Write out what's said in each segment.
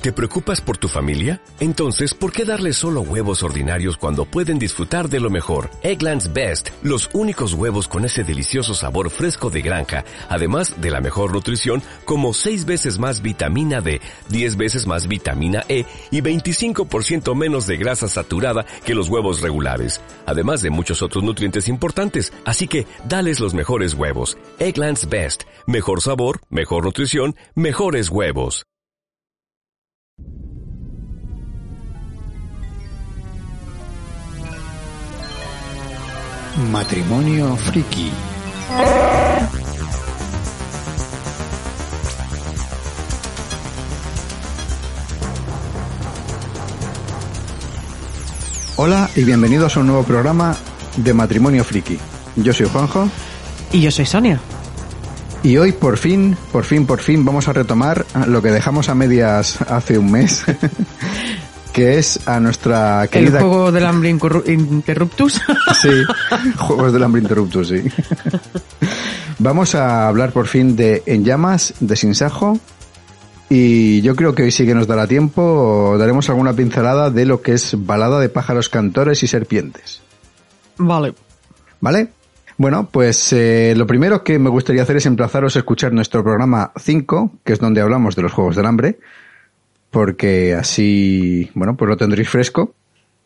¿Te preocupas por tu familia? Entonces, ¿por qué darles solo huevos ordinarios cuando pueden disfrutar de lo mejor? Eggland's Best, los únicos huevos con ese delicioso sabor fresco de granja, además de la mejor nutrición, como 6 veces más vitamina D, 10 veces más vitamina E y 25% menos de grasa saturada que los huevos regulares, además de muchos otros nutrientes importantes. Así que, dales los mejores huevos. Eggland's Best, mejor sabor, mejor nutrición, mejores huevos. Matrimonio friki. Hola y bienvenidos a un nuevo programa de Matrimonio friki. Yo soy Juanjo. Y yo soy Sonia. Y hoy por fin vamos a retomar lo que dejamos a medias hace un mes. Que es a nuestra querida... El juego del hambre interruptus. Sí, juegos del hambre interruptus, sí. Vamos a hablar por fin de En Llamas, de Sin Sajo. Y yo creo que hoy sí que nos dará tiempo. Daremos alguna pincelada de lo que es Balada de pájaros cantores y serpientes. Vale. ¿Vale? Bueno, pues lo primero que me gustaría hacer es emplazaros a escuchar nuestro programa 5, que es donde hablamos de los juegos del hambre. Porque así, bueno, pues lo tendréis fresco.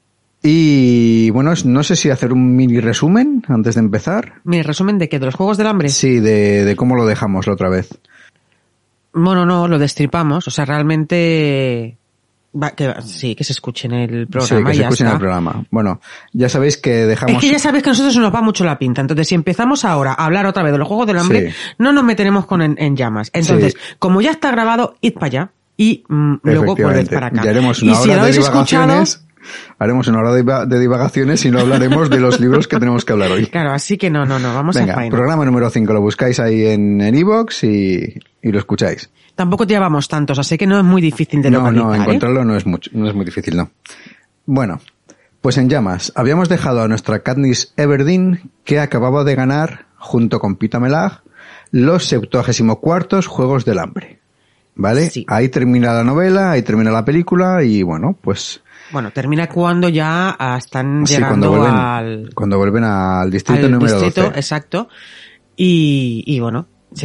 Y bueno, no sé si hacer un mini resumen antes de empezar. ¿Mini resumen de qué? ¿De los Juegos del Hambre? Sí, de cómo lo dejamos la otra vez. Bueno, no, lo destripamos. O sea, realmente... Sí, que se escuche en el programa. Sí, que se escuche en el programa. Bueno, ya sabéis que dejamos... Es que ya sabéis que a nosotros nos va mucho la pinta. Entonces, si empezamos ahora a hablar otra vez de los Juegos del Hambre, sí, no nos meteremos con en llamas. Entonces, sí, como ya está grabado, id para allá. Y luego volved para acá. Ya haremos una hora de divagaciones. Haremos una hora de divagaciones y no hablaremos de los libros que tenemos que hablar hoy. Claro, así que no, vamos a faena. Programa número 5, lo buscáis ahí en iVoox y lo escucháis. Tampoco llevamos tantos, así que no es muy difícil de localizar. No, encontrarlo no es muy difícil, no. Bueno, pues En Llamas, habíamos dejado a nuestra Katniss Everdeen, que acababa de ganar, junto con Pita Melag, los 74 Juegos del Hambre. ¿Vale? Sí. Ahí termina la novela, ahí termina la película y bueno, pues... Bueno, termina cuando ya están llegando cuando vuelven al distrito número 12. Exacto. Y bueno,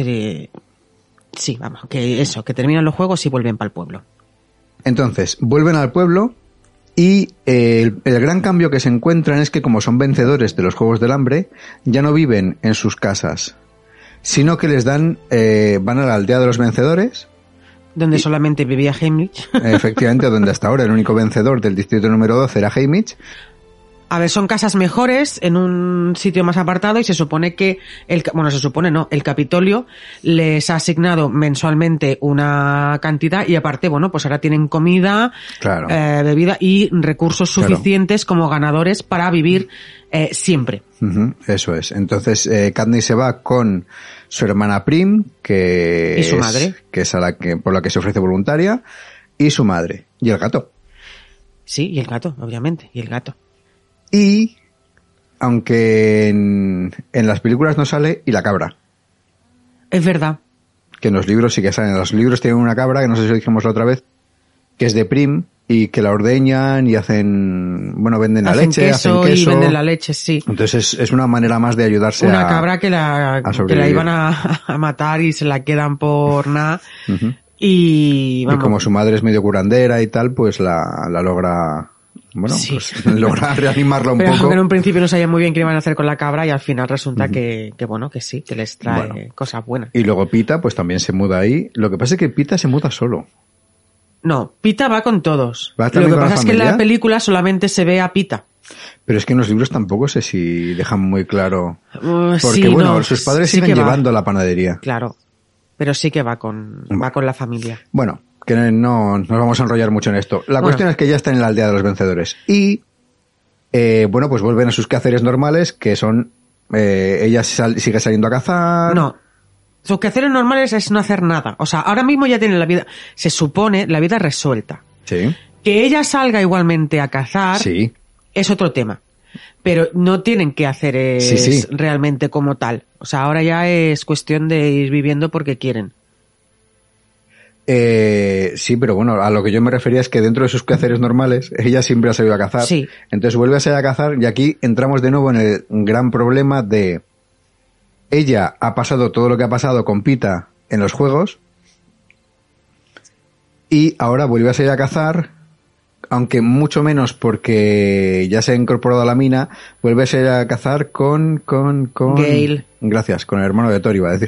sí, vamos, que terminan los juegos y vuelven para el pueblo. Entonces, vuelven al pueblo y el gran cambio que se encuentran es que como son vencedores de los Juegos del Hambre, ya no viven en sus casas, sino que les dan, van a la aldea de los vencedores, donde solamente vivía Haymitch. Efectivamente, donde hasta ahora el único vencedor del distrito número 12 era Haymitch. A ver, son casas mejores en un sitio más apartado y se supone que el Capitolio les ha asignado mensualmente una cantidad y aparte, bueno, pues ahora tienen comida, claro, bebida y recursos suficientes, claro, como ganadores para vivir siempre. Eso es. Entonces, Katniss se va con su hermana Prim, que y su madre, que es por la que se ofrece voluntaria, y su madre, y el gato. Sí, y el gato, obviamente, y el gato. Y, aunque en las películas no sale, y la cabra. Es verdad. Que en los libros sí que salen. Los libros tienen una cabra, que no sé si lo dijimos la otra vez, que es de Prim, y que la ordeñan y venden la leche, hacen queso. Y venden la leche, sí. Entonces es una manera más de ayudarse una cabra que la iban a matar y se la quedan por nada. Y como su madre es medio curandera y tal, pues la logra... Bueno, sí, pues logra reanimarla un poco. Pero en un principio no sabían muy bien qué iban a hacer con la cabra y al final resulta que sí, que les trae cosas buenas. Y luego Pita, pues también se muda ahí. Lo que pasa es que Pita se muda solo. No, Pita va con todos. Lo que pasa es que en la película solamente se ve a Pita. Pero es que en los libros tampoco sé si dejan muy claro. Porque sus padres siguen llevando la panadería. Claro, pero sí que va con la familia. Bueno, que no nos vamos a enrollar mucho en esto. La cuestión es que ya están en la aldea de los vencedores. Y, pues vuelven a sus quehaceres normales, que son, ella sigue saliendo a cazar. No. Sus quehaceres normales es no hacer nada. O sea, ahora mismo ya tienen la vida, se supone, la vida resuelta. Sí. Que ella salga igualmente a cazar. Sí. Es otro tema. Pero no tienen que hacer realmente como tal. O sea, ahora ya es cuestión de ir viviendo porque quieren. Sí, pero bueno, a lo que yo me refería es que dentro de sus quehaceres normales, ella siempre ha salido a cazar. Sí. Entonces vuelve a salir a cazar y aquí entramos de nuevo en el gran problema de ella ha pasado todo lo que ha pasado con Pita en los juegos y ahora vuelve a salir a cazar, aunque mucho menos porque ya se ha incorporado a la mina, vuelve a salir a cazar con Gale. Gracias, con el hermano de Thor iba a decir.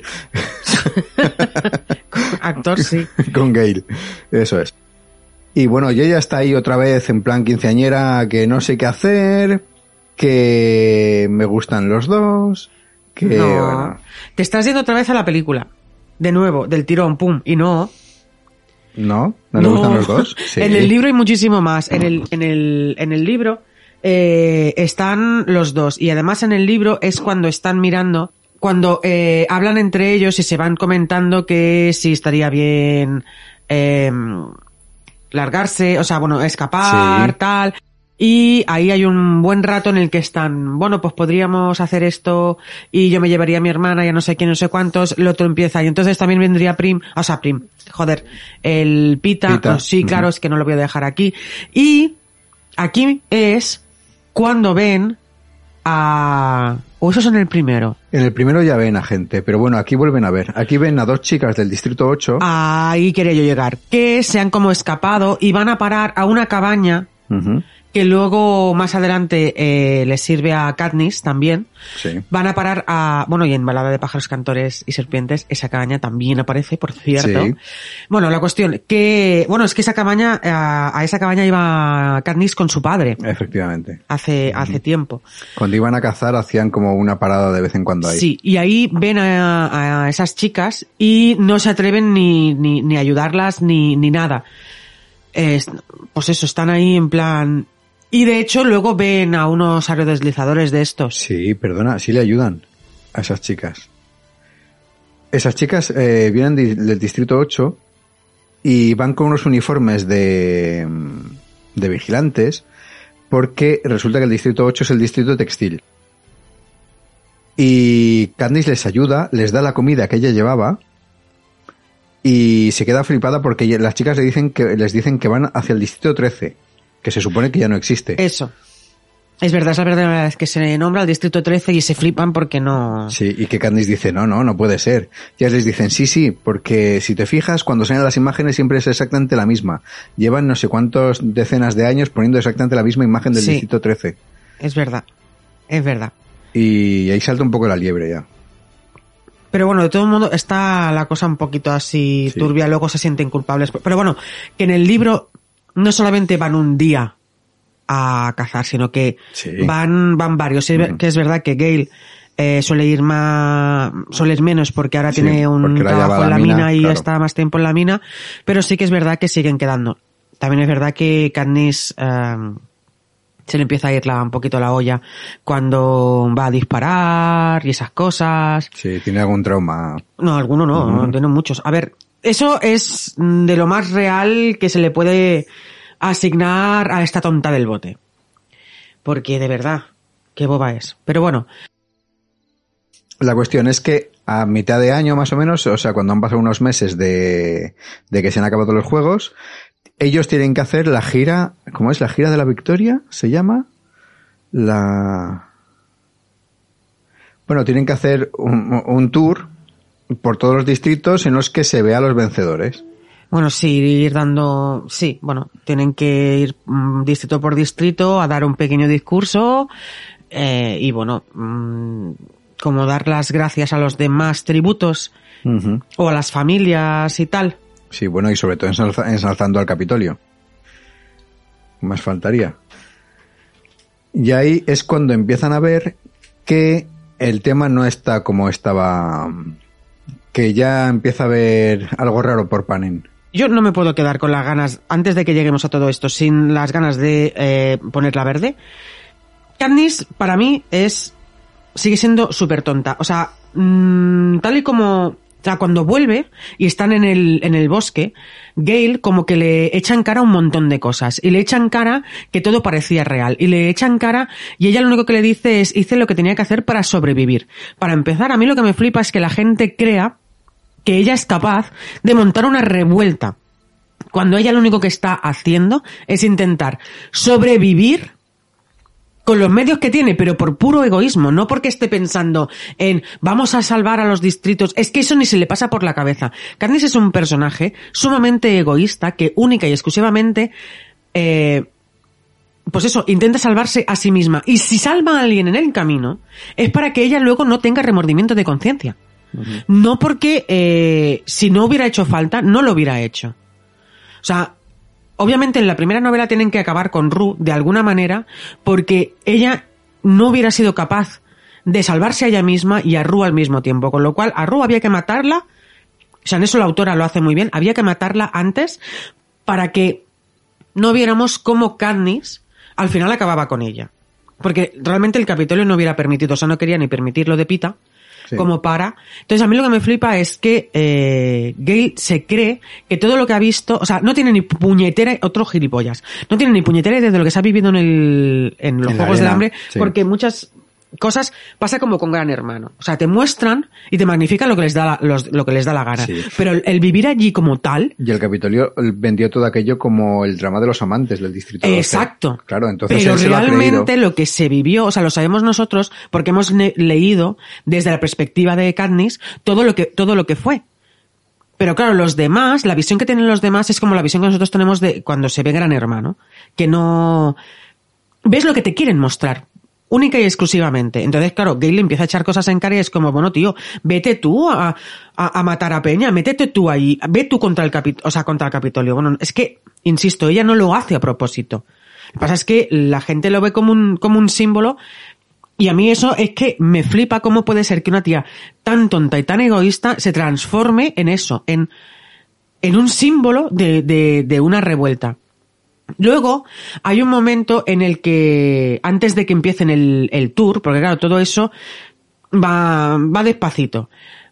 Actor, sí. Con Gale, eso es. Y bueno, y ella está ahí otra vez en plan quinceañera, que no sé qué hacer, que me gustan los dos, que... No, bueno, te estás yendo otra vez a la película. De nuevo, del tirón, pum, y no. ¿no? ¿No le gustan los dos? Sí. En el libro hay muchísimo más. En el libro están los dos. Y además en el libro es cuando están mirando, cuando hablan entre ellos y se van comentando que si estaría bien largarse, o sea, bueno, escapar, Sí. tal. Y ahí hay un buen rato en el que están, bueno, pues podríamos hacer esto y yo me llevaría a mi hermana y a no sé quién, no sé cuántos, el otro empieza y entonces también vendría el Pita. Pita. Oh, sí, claro, es que no lo voy a dejar aquí. Y aquí es cuando ven o eso es en el primero. En el primero ya ven a gente, pero bueno, aquí vuelven a ver. Aquí ven a dos chicas del Distrito 8. Ahí quería yo llegar. Que se han como escapado y van a parar a una cabaña Ujú. que luego más adelante les sirve a Katniss también. Sí. Van a parar y en Balada de pájaros, cantores y serpientes esa cabaña también aparece, por cierto. Sí. Bueno, la cuestión es que esa cabaña, a esa cabaña iba Katniss con su padre Efectivamente. hace tiempo. Cuando iban a cazar hacían como una parada de vez en cuando ahí. Sí, y ahí ven a esas chicas y no se atreven ni a ayudarlas ni nada. Pues eso, están ahí en plan... Y de hecho luego ven a unos aerodeslizadores de estos. Sí, perdona, sí le ayudan a esas chicas. Esas chicas vienen del Distrito 8 y van con unos uniformes de vigilantes porque resulta que el Distrito 8 es el distrito textil. Y Katniss les ayuda, les da la comida que ella llevaba y se queda flipada porque las chicas les dicen que van hacia el Distrito 13, que se supone que ya no existe. Eso. Es verdad, es la verdad es que se nombra el Distrito 13 y se flipan porque no... Sí, y que Katniss dice, no puede ser. Y ellas les dicen, sí, porque si te fijas, cuando salen las imágenes siempre es exactamente la misma. Llevan no sé cuántos decenas de años poniendo exactamente la misma imagen del Sí. Distrito 13. Es verdad, es verdad. Y ahí salta un poco la liebre ya. Pero bueno, de todo el mundo está la cosa un poquito así Sí. turbia, luego se sienten culpables. Pero bueno, que en el libro no solamente van un día a cazar, sino que Sí. van varios. Que es verdad que Gale suele ir menos porque ahora Sí, tiene un porque la lleva trabajo a en la la mina, mina y claro. está más tiempo en la mina, pero sí que es verdad que siguen quedando. También es verdad que Katniss se le empieza a ir un poquito la olla cuando va a disparar y esas cosas. Sí, tiene algún trauma. No, alguno no, tiene muchos. A ver, eso es de lo más real que se le puede asignar a esta tonta del bote. Porque de verdad, qué boba es. Pero bueno, La cuestión es que a mitad de año más o menos, o sea, cuando han pasado unos meses de que se han acabado los juegos, ellos tienen que hacer la gira, ¿cómo es? ¿La gira de la victoria? ¿Se llama? Bueno, tienen que hacer un tour por todos los distritos en los que se vea a los vencedores. bueno, sí, ir dando... Sí, bueno, tienen que ir distrito por distrito a dar un pequeño discurso y bueno, como dar las gracias a los demás tributos Ujú. o a las familias y tal. Sí, bueno, y sobre todo ensalzando al Capitolio. Más faltaría. Y ahí es cuando empiezan a ver que el tema no está como estaba, que ya empieza a haber algo raro por Panem. Yo no me puedo quedar con las ganas, antes de que lleguemos a todo esto, sin las ganas de ponerla verde. Katniss, para mí, sigue siendo súper tonta. O sea, tal y como... O sea, cuando vuelve y están en el bosque, Gale como que le echa en cara un montón de cosas. Y le echa en cara que todo parecía real. Y le echa en cara, y ella lo único que le dice es, hice lo que tenía que hacer para sobrevivir. Para empezar, a mí lo que me flipa es que la gente crea que ella es capaz de montar una revuelta cuando ella lo único que está haciendo es intentar sobrevivir con los medios que tiene, pero por puro egoísmo, no porque esté pensando en vamos a salvar a los distritos. Es que eso ni se le pasa por la cabeza. Katniss es un personaje sumamente egoísta que única y exclusivamente pues eso, intenta salvarse a sí misma. Y si salva a alguien en el camino, es para que ella luego no tenga remordimiento de conciencia. Uh-huh. No porque si no hubiera hecho falta, no lo hubiera hecho. O sea, obviamente en la primera novela tienen que acabar con Rue de alguna manera, porque ella no hubiera sido capaz de salvarse a ella misma y a Rue al mismo tiempo. Con lo cual, a Rue había que matarla. O sea, en eso la autora lo hace muy bien. Había que matarla antes para que no viéramos cómo Katniss al final acababa con ella. Porque realmente el Capitolio no hubiera permitido, o sea, no quería ni permitir lo de Pita, sí, como para... Entonces a mí lo que me flipa es que Gale se cree que todo lo que ha visto, o sea, no tiene ni puñetera, otro gilipollas, no tiene ni puñetera idea de lo que se ha vivido en los Juegos del Hambre, sí, porque muchas cosas pasa como con Gran Hermano. O sea, te muestran y te magnifican lo que les da la gana. Sí. Pero el vivir allí como tal... Y el Capitolio vendió todo aquello como el drama de los amantes del Distrito 12. Exacto. Claro, entonces pero él se realmente lo que se vivió, o sea, lo sabemos nosotros porque hemos leído desde la perspectiva de Katniss todo lo que fue. Pero claro, los demás, la visión que tienen los demás es como la visión que nosotros tenemos de cuando se ve Gran Hermano. Que no... ves lo que te quieren mostrar. Única y exclusivamente. Entonces, claro, Gale empieza a echar cosas en cara y es como, bueno, tío, vete tú a matar a Peña, métete tú ahí, ve tú contra el Capitolio. Bueno, es que, insisto, ella no lo hace a propósito. Lo que pasa es que la gente lo ve como un símbolo y a mí eso es que me flipa cómo puede ser que una tía tan tonta y tan egoísta se transforme en eso, en un símbolo de una revuelta. Luego, hay un momento en el que, antes de que empiecen el tour, porque claro, todo eso va despacito.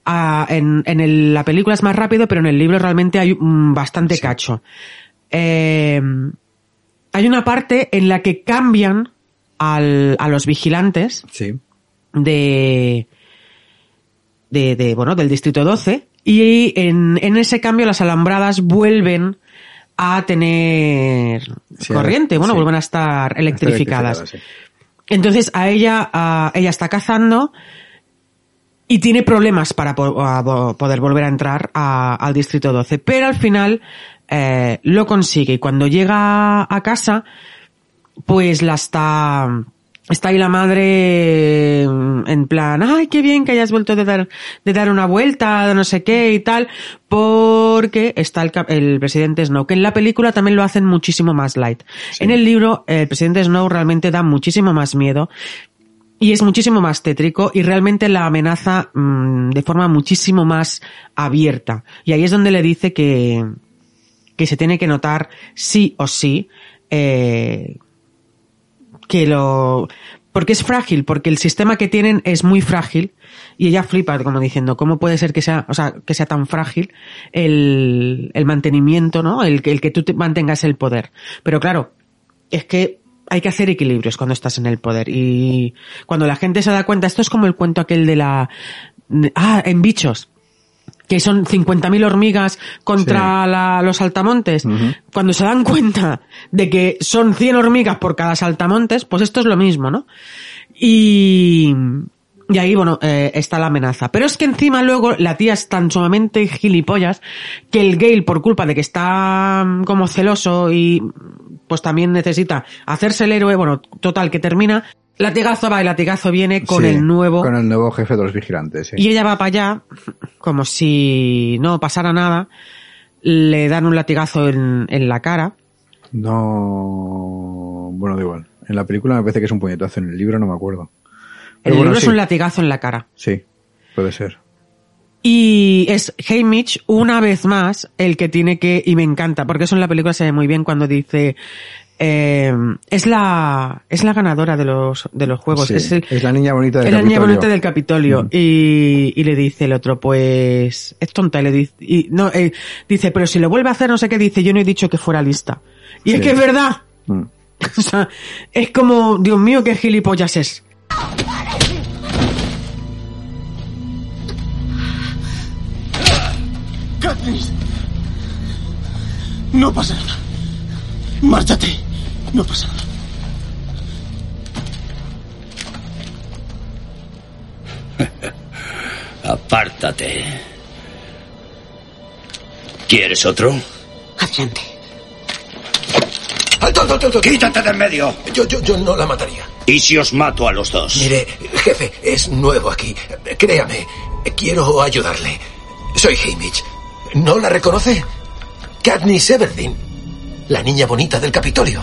La película es más rápido, pero en el libro realmente hay bastante cacho. Hay una parte en la que cambian a los vigilantes del Distrito 12, y en ese cambio las alambradas vuelven a tener corriente, vuelven a estar electrificadas. Sí. Entonces ella está cazando y tiene problemas para poder volver a entrar al Distrito 12, pero al final lo consigue, y cuando llega a casa pues está ahí la madre en plan, ay, qué bien que hayas vuelto de dar una vuelta, de no sé qué y tal, porque está el presidente Snow, que en la película también lo hacen muchísimo más light. Sí. En el libro, el presidente Snow realmente da muchísimo más miedo y es muchísimo más tétrico y realmente la amenaza de forma muchísimo más abierta. Y ahí es donde le dice que se tiene que notar sí o sí, porque es frágil, porque el sistema que tienen es muy frágil, y ella flipa como diciendo, ¿cómo puede ser que sea tan frágil el mantenimiento, ¿no? El que tú mantengas el poder? Pero claro, es que hay que hacer equilibrios cuando estás en el poder, y cuando la gente se da cuenta, esto es como el cuento aquel en Bichos, que son 50.000 hormigas contra los saltamontes. Uh-huh. Cuando se dan cuenta de que son 100 hormigas por cada saltamontes, pues esto es lo mismo, ¿no? Y ahí, está la amenaza. Pero es que encima luego la tía es tan sumamente gilipollas que el Gale, por culpa de que está como celoso y pues también necesita hacerse el héroe, total, que termina... Latigazo va y latigazo viene con el nuevo jefe de los vigilantes. Sí. Y ella va para allá, como si no pasara nada, le dan un latigazo en la cara. No, da igual. En la película me parece que es un puñetazo, en el libro no me acuerdo. Pero en el libro es un latigazo en la cara. Sí, puede ser. Y es Haymitch una vez más el que tiene que, y me encanta, porque eso en la película se ve muy bien cuando dice... es la ganadora de los juegos. Sí, es la niña bonita del Capitolio. La niña bonita del Capitolio. Y le dice el otro, pues, es tonta. Y le dice, dice, pero si lo vuelve a hacer, no sé qué, dice, yo no he dicho que fuera lista. Y es que es verdad. O sea, es como, Dios mío, qué gilipollas es. Katniss. No pasa nada. Márchate. No pasa nada. Apártate. ¿Quieres otro? Adelante. ¡Alto, alto, alto, alto! ¡Quítate de en medio! Yo no la mataría. ¿Y si os mato a los dos? Mire, jefe, es nuevo aquí. Créame, quiero ayudarle. Soy Haymitch. ¿No la reconoce? Katniss Everdeen, la niña bonita del Capitolio.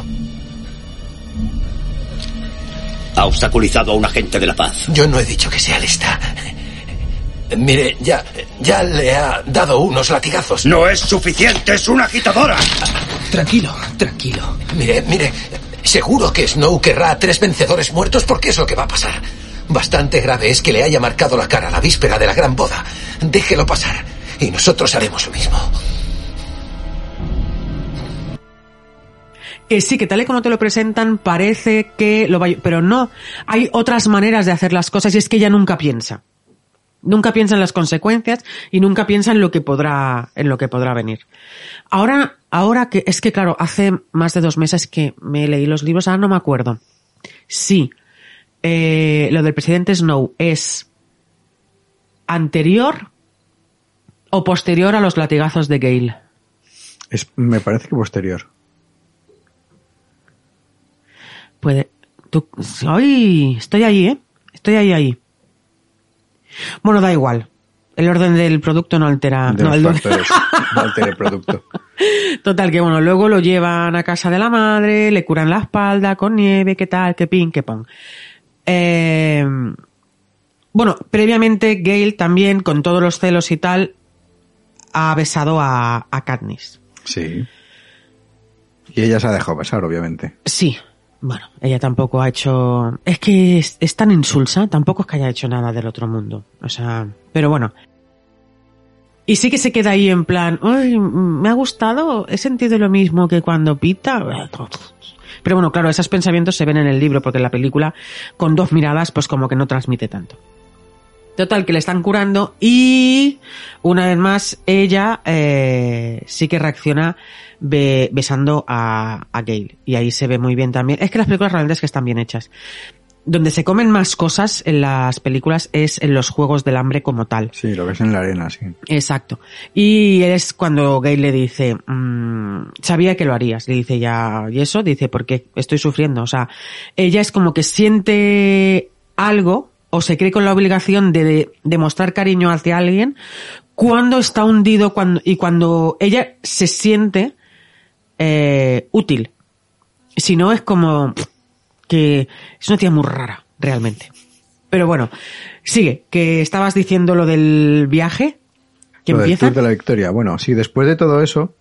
Ha obstaculizado a un agente de la paz. Yo no he dicho que sea lista. Mire, ya le ha dado unos latigazos. ¡No es suficiente! ¡Es una agitadora! Tranquilo. Mire, seguro que Snow querrá a 3 vencedores muertos porque es lo que va a pasar. Bastante grave es que le haya marcado la cara la víspera de la gran boda. Déjelo pasar y nosotros haremos lo mismo. Que sí, que tal y como te lo presentan parece que lo va a... Pero no, hay otras maneras de hacer las cosas y es que ella nunca piensa. Nunca piensa en las consecuencias y nunca piensa en lo que podrá venir. Ahora que, es que claro, hace más de 2 meses que me leí los libros, ahora no me acuerdo. Sí, lo del presidente Snow es anterior o posterior a los latigazos de Gale. Me parece que posterior. ¡Ay! Estoy ahí, ¿eh? Estoy ahí. Bueno, da igual. El orden del producto no altera... No altera el producto. Total, que bueno, luego lo llevan a casa de la madre, le curan la espalda con nieve, qué tal, qué pin, qué pon. Bueno, previamente Gale también, con todos los celos y tal, ha besado a Katniss. Sí. Y ella se ha dejado besar, obviamente. Sí. Bueno, ella tampoco ha hecho... Es que es tan insulsa, tampoco es que haya hecho nada del otro mundo. O sea, pero bueno. Y sí que se queda ahí en plan, ¡ay, me ha gustado! He sentido lo mismo que cuando pita. Pero bueno, claro, esos pensamientos se ven en el libro, porque en la película, con 2 miradas, pues como que no transmite tanto. Total, que le están curando y una vez más ella sí que reacciona besando a Gale. Y ahí se ve muy bien también. Es que las películas realmente es que están bien hechas. Donde se comen más cosas en las películas es en los Juegos del Hambre como tal. Sí, lo ves en la arena, sí. Exacto. Y es cuando Gale le dice, sabía que lo harías. Le dice ya, ¿y eso? Dice, porque estoy sufriendo. O sea, ella es como que siente algo o se cree con la obligación de demostrar cariño hacia alguien cuando está hundido cuando ella se siente útil. Si no, es como que es una tía muy rara, realmente. Pero bueno, sigue, que estabas diciendo lo del viaje, que empieza. Del Tour de la Victoria. Bueno, sí, después de todo eso,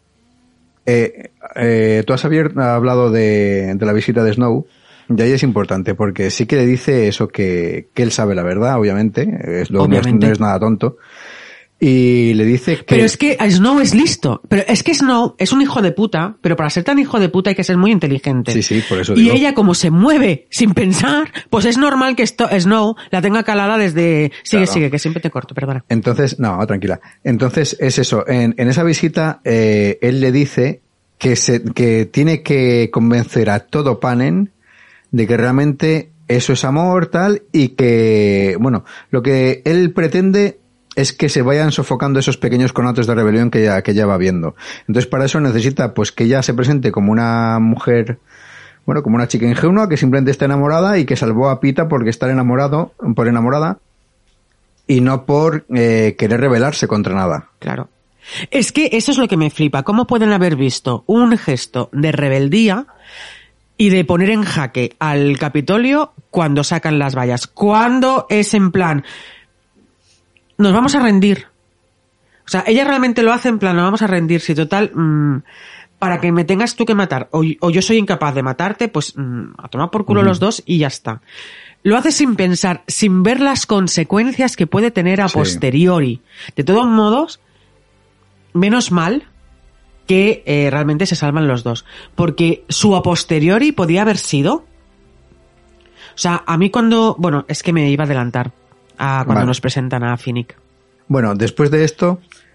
tú has hablado de la visita de Snow, y ahí es importante, porque sí que le dice eso, que él sabe la verdad, obviamente, Obviamente. No es nada tonto. Y le dice que... Pero es que Snow es listo. Pero es que Snow es un hijo de puta, pero para ser tan hijo de puta hay que ser muy inteligente. Sí, por eso y digo. ella, como se mueve sin pensar, pues es normal que Snow la tenga calada desde... Sigue, que siempre te corto, perdona. Entonces, no, tranquila. Entonces, es eso. En esa visita, él le dice que tiene que convencer a todo Panem de que realmente eso es amor, tal, y que, bueno, lo que él pretende es que se vayan sofocando esos pequeños conatos de rebelión que ya va viendo. Entonces, para eso necesita, pues, que ella se presente como una mujer, bueno, como una chica ingenua que simplemente está enamorada y que salvó a Pita porque estar enamorada y no por querer rebelarse contra nada. Claro. Es que eso es lo que me flipa. ¿Cómo pueden haber visto un gesto de rebeldía y de poner en jaque al Capitolio cuando sacan las vallas? Cuando es en plan... nos vamos a rendir. O sea, ella realmente lo hace en plan, nos vamos a rendir. Si total, para que me tengas tú que matar, o yo soy incapaz de matarte, pues a tomar por culo los dos y ya está. Lo hace sin pensar, sin ver las consecuencias que puede tener a posteriori. De todos modos, menos mal que realmente se salvan los dos. Porque su a posteriori podía haber sido... O sea, a mí cuando... Bueno, es que me iba a adelantar. Cuando nos presentan a Finnick. Bueno, después de esto,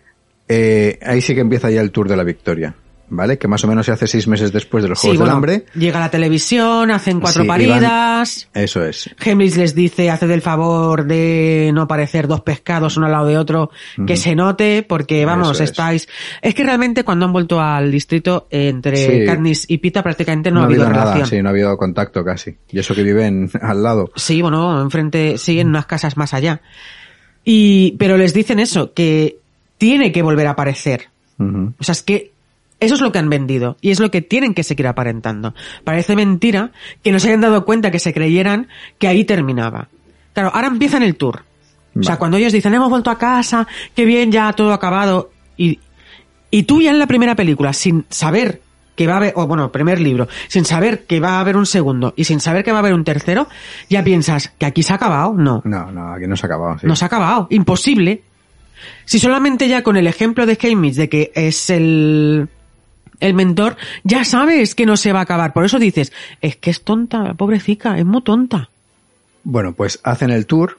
ahí sí que empieza ya el Tour de la Victoria, ¿vale? Que más o menos se hace 6 meses después de los Juegos del Hambre. Llega a la televisión, hacen 4 paridas. Eso es. Heimlich les dice, haced el favor de no parecer 2 pescados uno al lado de otro, que se note, porque vamos, estáis... Es que realmente cuando han vuelto al distrito, entre Katniss y Pita prácticamente no ha habido relación. Nada, sí, no ha habido contacto casi. Y eso que viven al lado. Sí, bueno, enfrente, sí, en unas casas más allá. Pero les dicen eso, que tiene que volver a aparecer. O sea, es que eso es lo que han vendido y es lo que tienen que seguir aparentando. Parece mentira que no se hayan dado cuenta, que se creyeran que ahí terminaba. Claro, ahora empiezan el tour. Vale. O sea, cuando ellos dicen, hemos vuelto a casa, qué bien, ya todo acabado. Y tú ya en la primera película, sin saber que va a haber, o bueno, primer libro, sin saber que va a haber un segundo y sin saber que va a haber un tercero, ya piensas que aquí se ha acabado. No, aquí no se ha acabado. Sí. No se ha acabado, imposible. Si solamente ya con el ejemplo de Heimlich, de que es el mentor, ya sabes que no se va a acabar. Por eso dices, es que es tonta, pobrecita, es muy tonta. Bueno, pues hacen el tour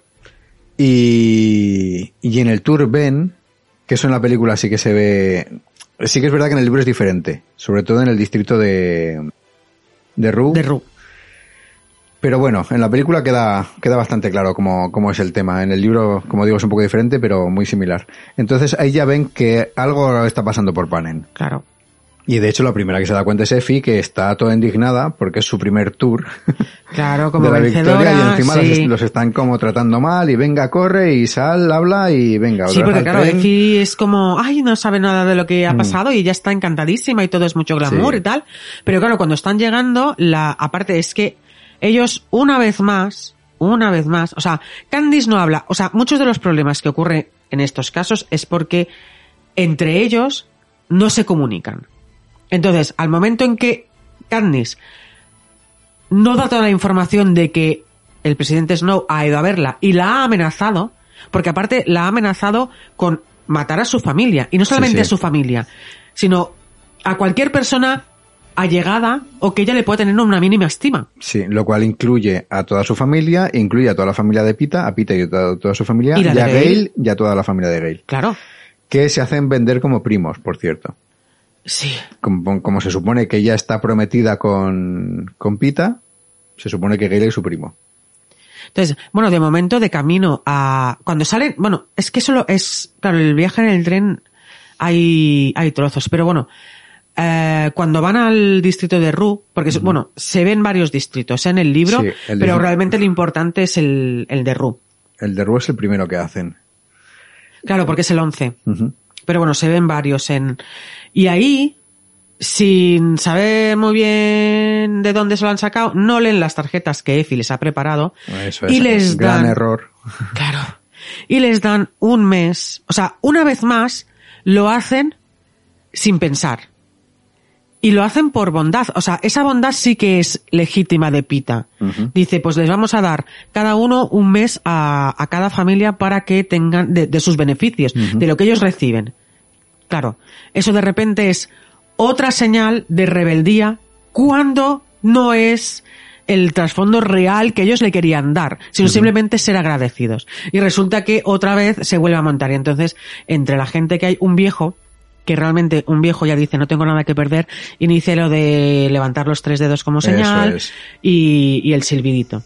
y en el tour ven que eso en la película sí que se ve... Sí que es verdad que en el libro es diferente, sobre todo en el distrito de Rue. De Rue. Pero bueno, en la película queda bastante claro cómo es el tema. En el libro, como digo, es un poco diferente, pero muy similar. Entonces ahí ya ven que algo está pasando por Panem. Claro. Y de hecho la primera que se da cuenta es Effie, que está toda indignada porque es su primer tour. Claro, como de la vencedora, Victoria, y encima sí. los están como tratando mal y venga, corre y sal, habla y venga. Sí, porque claro, Effie es como, ay, no sabe nada de lo que ha pasado y ella está encantadísima y todo es mucho glamour y tal. Pero claro, cuando están llegando, aparte es que ellos una vez más, o sea, Candice no habla. O sea, muchos de los problemas que ocurren en estos casos es porque entre ellos no se comunican. Entonces, al momento en que Katniss no da toda la información de que el presidente Snow ha ido a verla y la ha amenazado, porque aparte la ha amenazado con matar a su familia, y no solamente a su familia, sino a cualquier persona allegada o que ella le pueda tener una mínima estima. Sí, lo cual incluye a toda su familia, incluye a toda la familia de Pita, a Pita y a toda su familia, y a Gale y a toda la familia de Gale. Claro. Que se hacen vender como primos, por cierto. Sí. Como se supone que ella está prometida con Pita, se supone que Gale es su primo. Entonces, bueno, de momento, de camino a... Cuando salen... Bueno, es que solo es... Claro, el viaje en el tren hay trozos, pero bueno, cuando van al distrito de Rue, porque, bueno, se ven varios distritos en el libro, sí, pero realmente lo importante es el de Rue. El de Rue es el primero que hacen. Claro, porque es el 11. Pero bueno, se ven varios y ahí, sin saber muy bien de dónde se lo han sacado, no leen las tarjetas que Effie les ha preparado. Eso es y les gran dan, error. Claro. Y les dan un mes. O sea, una vez más, lo hacen sin pensar. Y lo hacen por bondad. O sea, esa bondad sí que es legítima de Pita. Dice, pues les vamos a dar cada uno un mes a cada familia para que tengan de sus beneficios, de lo que ellos reciben. Claro, eso de repente es otra señal de rebeldía cuando no es el trasfondo real que ellos le querían dar, sino simplemente ser agradecidos. Y resulta que otra vez se vuelve a montar. Y entonces, entre la gente que hay un viejo, que realmente un viejo ya dice no tengo nada que perder, inicia lo de levantar los 3 dedos como señal y el silbidito.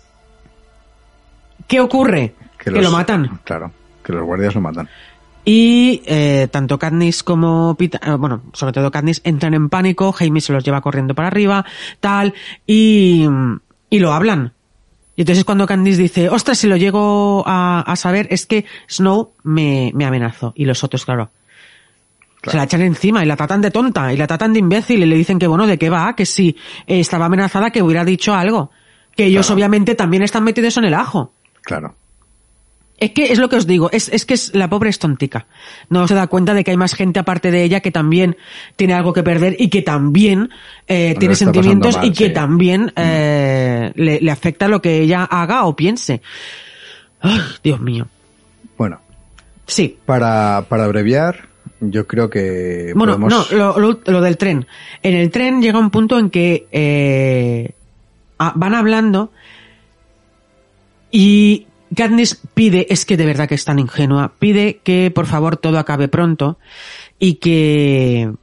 ¿Qué ocurre? Que lo matan. Claro, que los guardias lo matan. Y tanto Katniss como Pita, bueno, sobre todo Katniss, entran en pánico, Heimlich se los lleva corriendo para arriba, tal, y lo hablan. Y entonces cuando Katniss dice, ostras, si lo llego a saber, es que Snow me amenazó. Y los otros, claro, se la echan encima y la tratan de tonta y la tratan de imbécil y le dicen que bueno, ¿de qué va? Que si estaba amenazada que hubiera dicho algo. Que ellos obviamente también están metidos en el ajo. Claro. Es que es lo que os digo, es que la pobre es tontica. No se da cuenta de que hay más gente aparte de ella que también tiene algo que perder y que también tiene sentimientos mal, y que también le afecta lo que ella haga o piense. Ay, Dios mío. Bueno. Sí. Para abreviar, yo creo que bueno, podemos... no, lo del tren. En el tren llega un punto en que van hablando y Katniss pide, es que de verdad que es tan ingenua, pide que por favor todo acabe pronto y que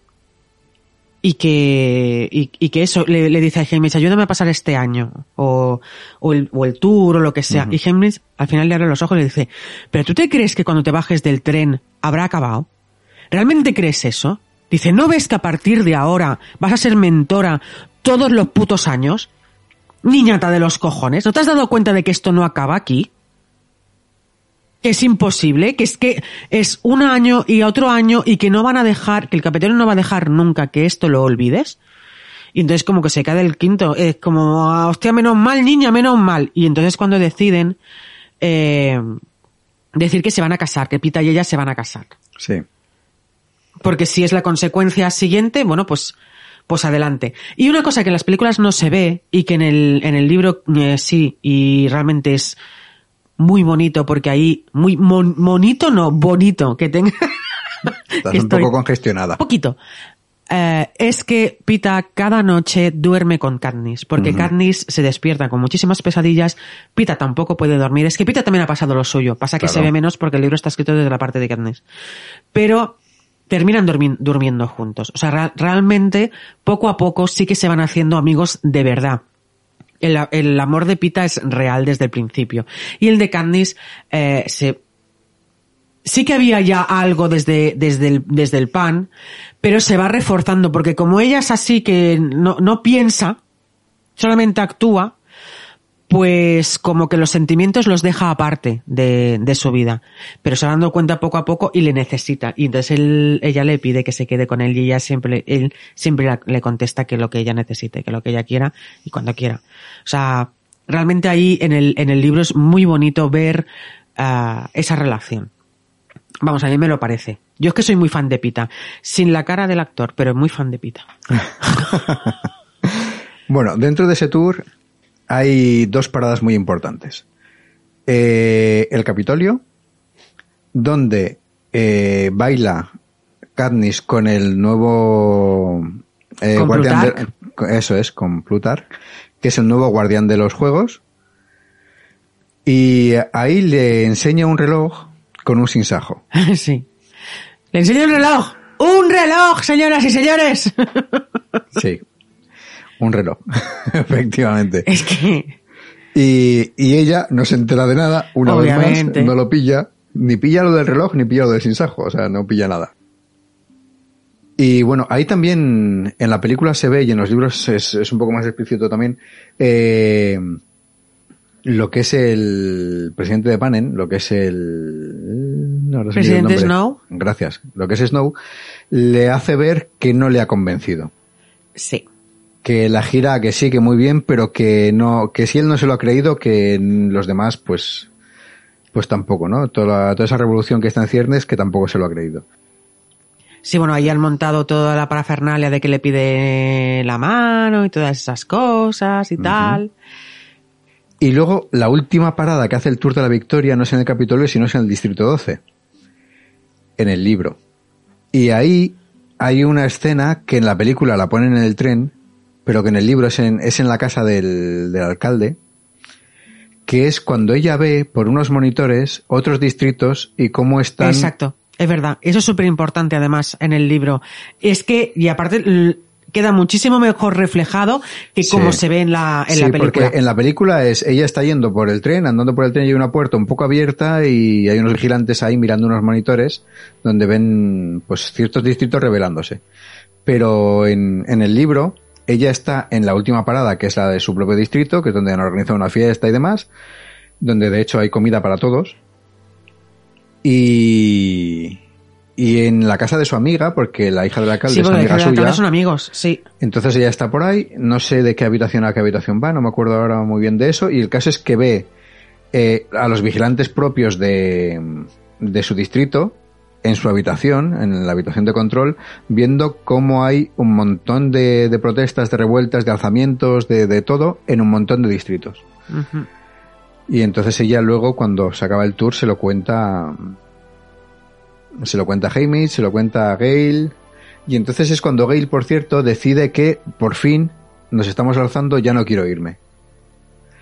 eso, le dice a Haymitch, ayúdame a pasar este año, o el tour, o lo que sea. Y Haymitch al final le abre los ojos y le dice, ¿pero tú te crees que cuando te bajes del tren habrá acabado? ¿Realmente crees eso? Dice, ¿no ves que a partir de ahora vas a ser mentora todos los putos años? Niñata de los cojones, ¿no te has dado cuenta de que esto no acaba aquí? Que es imposible, que es un año y otro año y que no van a dejar, que el Capitolio no va a dejar nunca que esto lo olvides. Y entonces como que se cae del quinto, es como, hostia, menos mal, niña, menos mal. Y entonces cuando deciden decir que se van a casar, que Peeta y ella se van a casar. Sí. Porque si es la consecuencia siguiente, bueno, pues adelante. Y una cosa que en las películas no se ve y que en el libro sí, y realmente es muy bonito, porque ahí, muy bonito, que tenga... Estás un poco congestionada. Poquito. Es que Peeta cada noche duerme con Katniss, porque Katniss se despierta con muchísimas pesadillas, Peeta tampoco puede dormir, es que Peeta también ha pasado lo suyo, pasa que se ve menos porque el libro está escrito desde la parte de Katniss. Pero terminan durmiendo juntos. O sea, realmente, poco a poco sí que se van haciendo amigos de verdad. El amor de Peeta es real desde el principio. Y el de Katniss, sí que había ya algo desde el pan, pero se va reforzando, porque como ella es así que no piensa, solamente actúa, pues como que los sentimientos los deja aparte de su vida. Pero se va dando cuenta poco a poco y le necesita. Y entonces ella le pide que se quede con él y él siempre le contesta que lo que ella necesite, que lo que ella quiera y cuando quiera. O sea, realmente ahí en el libro es muy bonito ver esa relación. Vamos, a mí me lo parece. Yo es que soy muy fan de Peeta. Sin la cara del actor, pero muy fan de Peeta. Bueno, dentro de ese tour hay dos paradas muy importantes. El Capitolio, donde baila Katniss con el nuevo guardián con Plutarch, que es el nuevo guardián de los juegos, y ahí le enseña un reloj con un sinsajo. Sí. Le enseña un reloj. ¡Un reloj, señoras y señores! Sí. Un reloj, efectivamente. Es que... Y ella no se entera de nada, una Obviamente. vez más, no lo pilla, ni pilla lo del reloj, ni pilla lo del sinsajo, o sea, no pilla nada. Y bueno, ahí también en la película se ve, y en los libros es un poco más explícito también, lo que es el presidente de Panem, lo que es Presidente Snow. Gracias. Lo que es Snow, le hace ver que no le ha convencido. Sí. Que la gira, que sí, que muy bien, pero que no, que si él no se lo ha creído, que los demás, pues tampoco, ¿no? Toda esa revolución que está en ciernes, que tampoco se lo ha creído. Sí, bueno, ahí han montado toda la parafernalia de que le pide la mano y todas esas cosas y tal. Y luego, la última parada que hace el Tour de la Victoria no es en el Capitolio, sino es en el Distrito 12. En el libro. Y ahí hay una escena que en la película la ponen en el tren, pero que en el libro es en la casa del alcalde, que es cuando ella ve por unos monitores otros distritos y cómo están... Exacto, es verdad. Eso es súper importante además en el libro. Es que, y aparte, queda muchísimo mejor reflejado que como se ve en la película. Porque en la película ella está yendo por el tren, andando por el tren y hay una puerta un poco abierta y hay unos vigilantes ahí mirando unos monitores donde ven pues ciertos distritos revelándose. Pero en el libro ella está en la última parada, que es la de su propio distrito, que es donde han organizado una fiesta y demás, donde de hecho hay comida para todos. Y en la casa de su amiga, porque la hija del alcalde es amiga suya. Sí, son amigos, sí. Entonces ella está por ahí, no sé de qué habitación a qué habitación va, no me acuerdo ahora muy bien de eso, y el caso es que ve a los vigilantes propios de su distrito en su habitación, en la habitación de control, viendo cómo hay un montón de protestas, de revueltas, de alzamientos, de todo, en un montón de distritos. Uh-huh. Y entonces ella luego, cuando se acaba el tour, se lo cuenta a Haymitch, se lo cuenta a Gale, y entonces es cuando Gale, por cierto, decide que, por fin, nos estamos alzando, ya no quiero irme.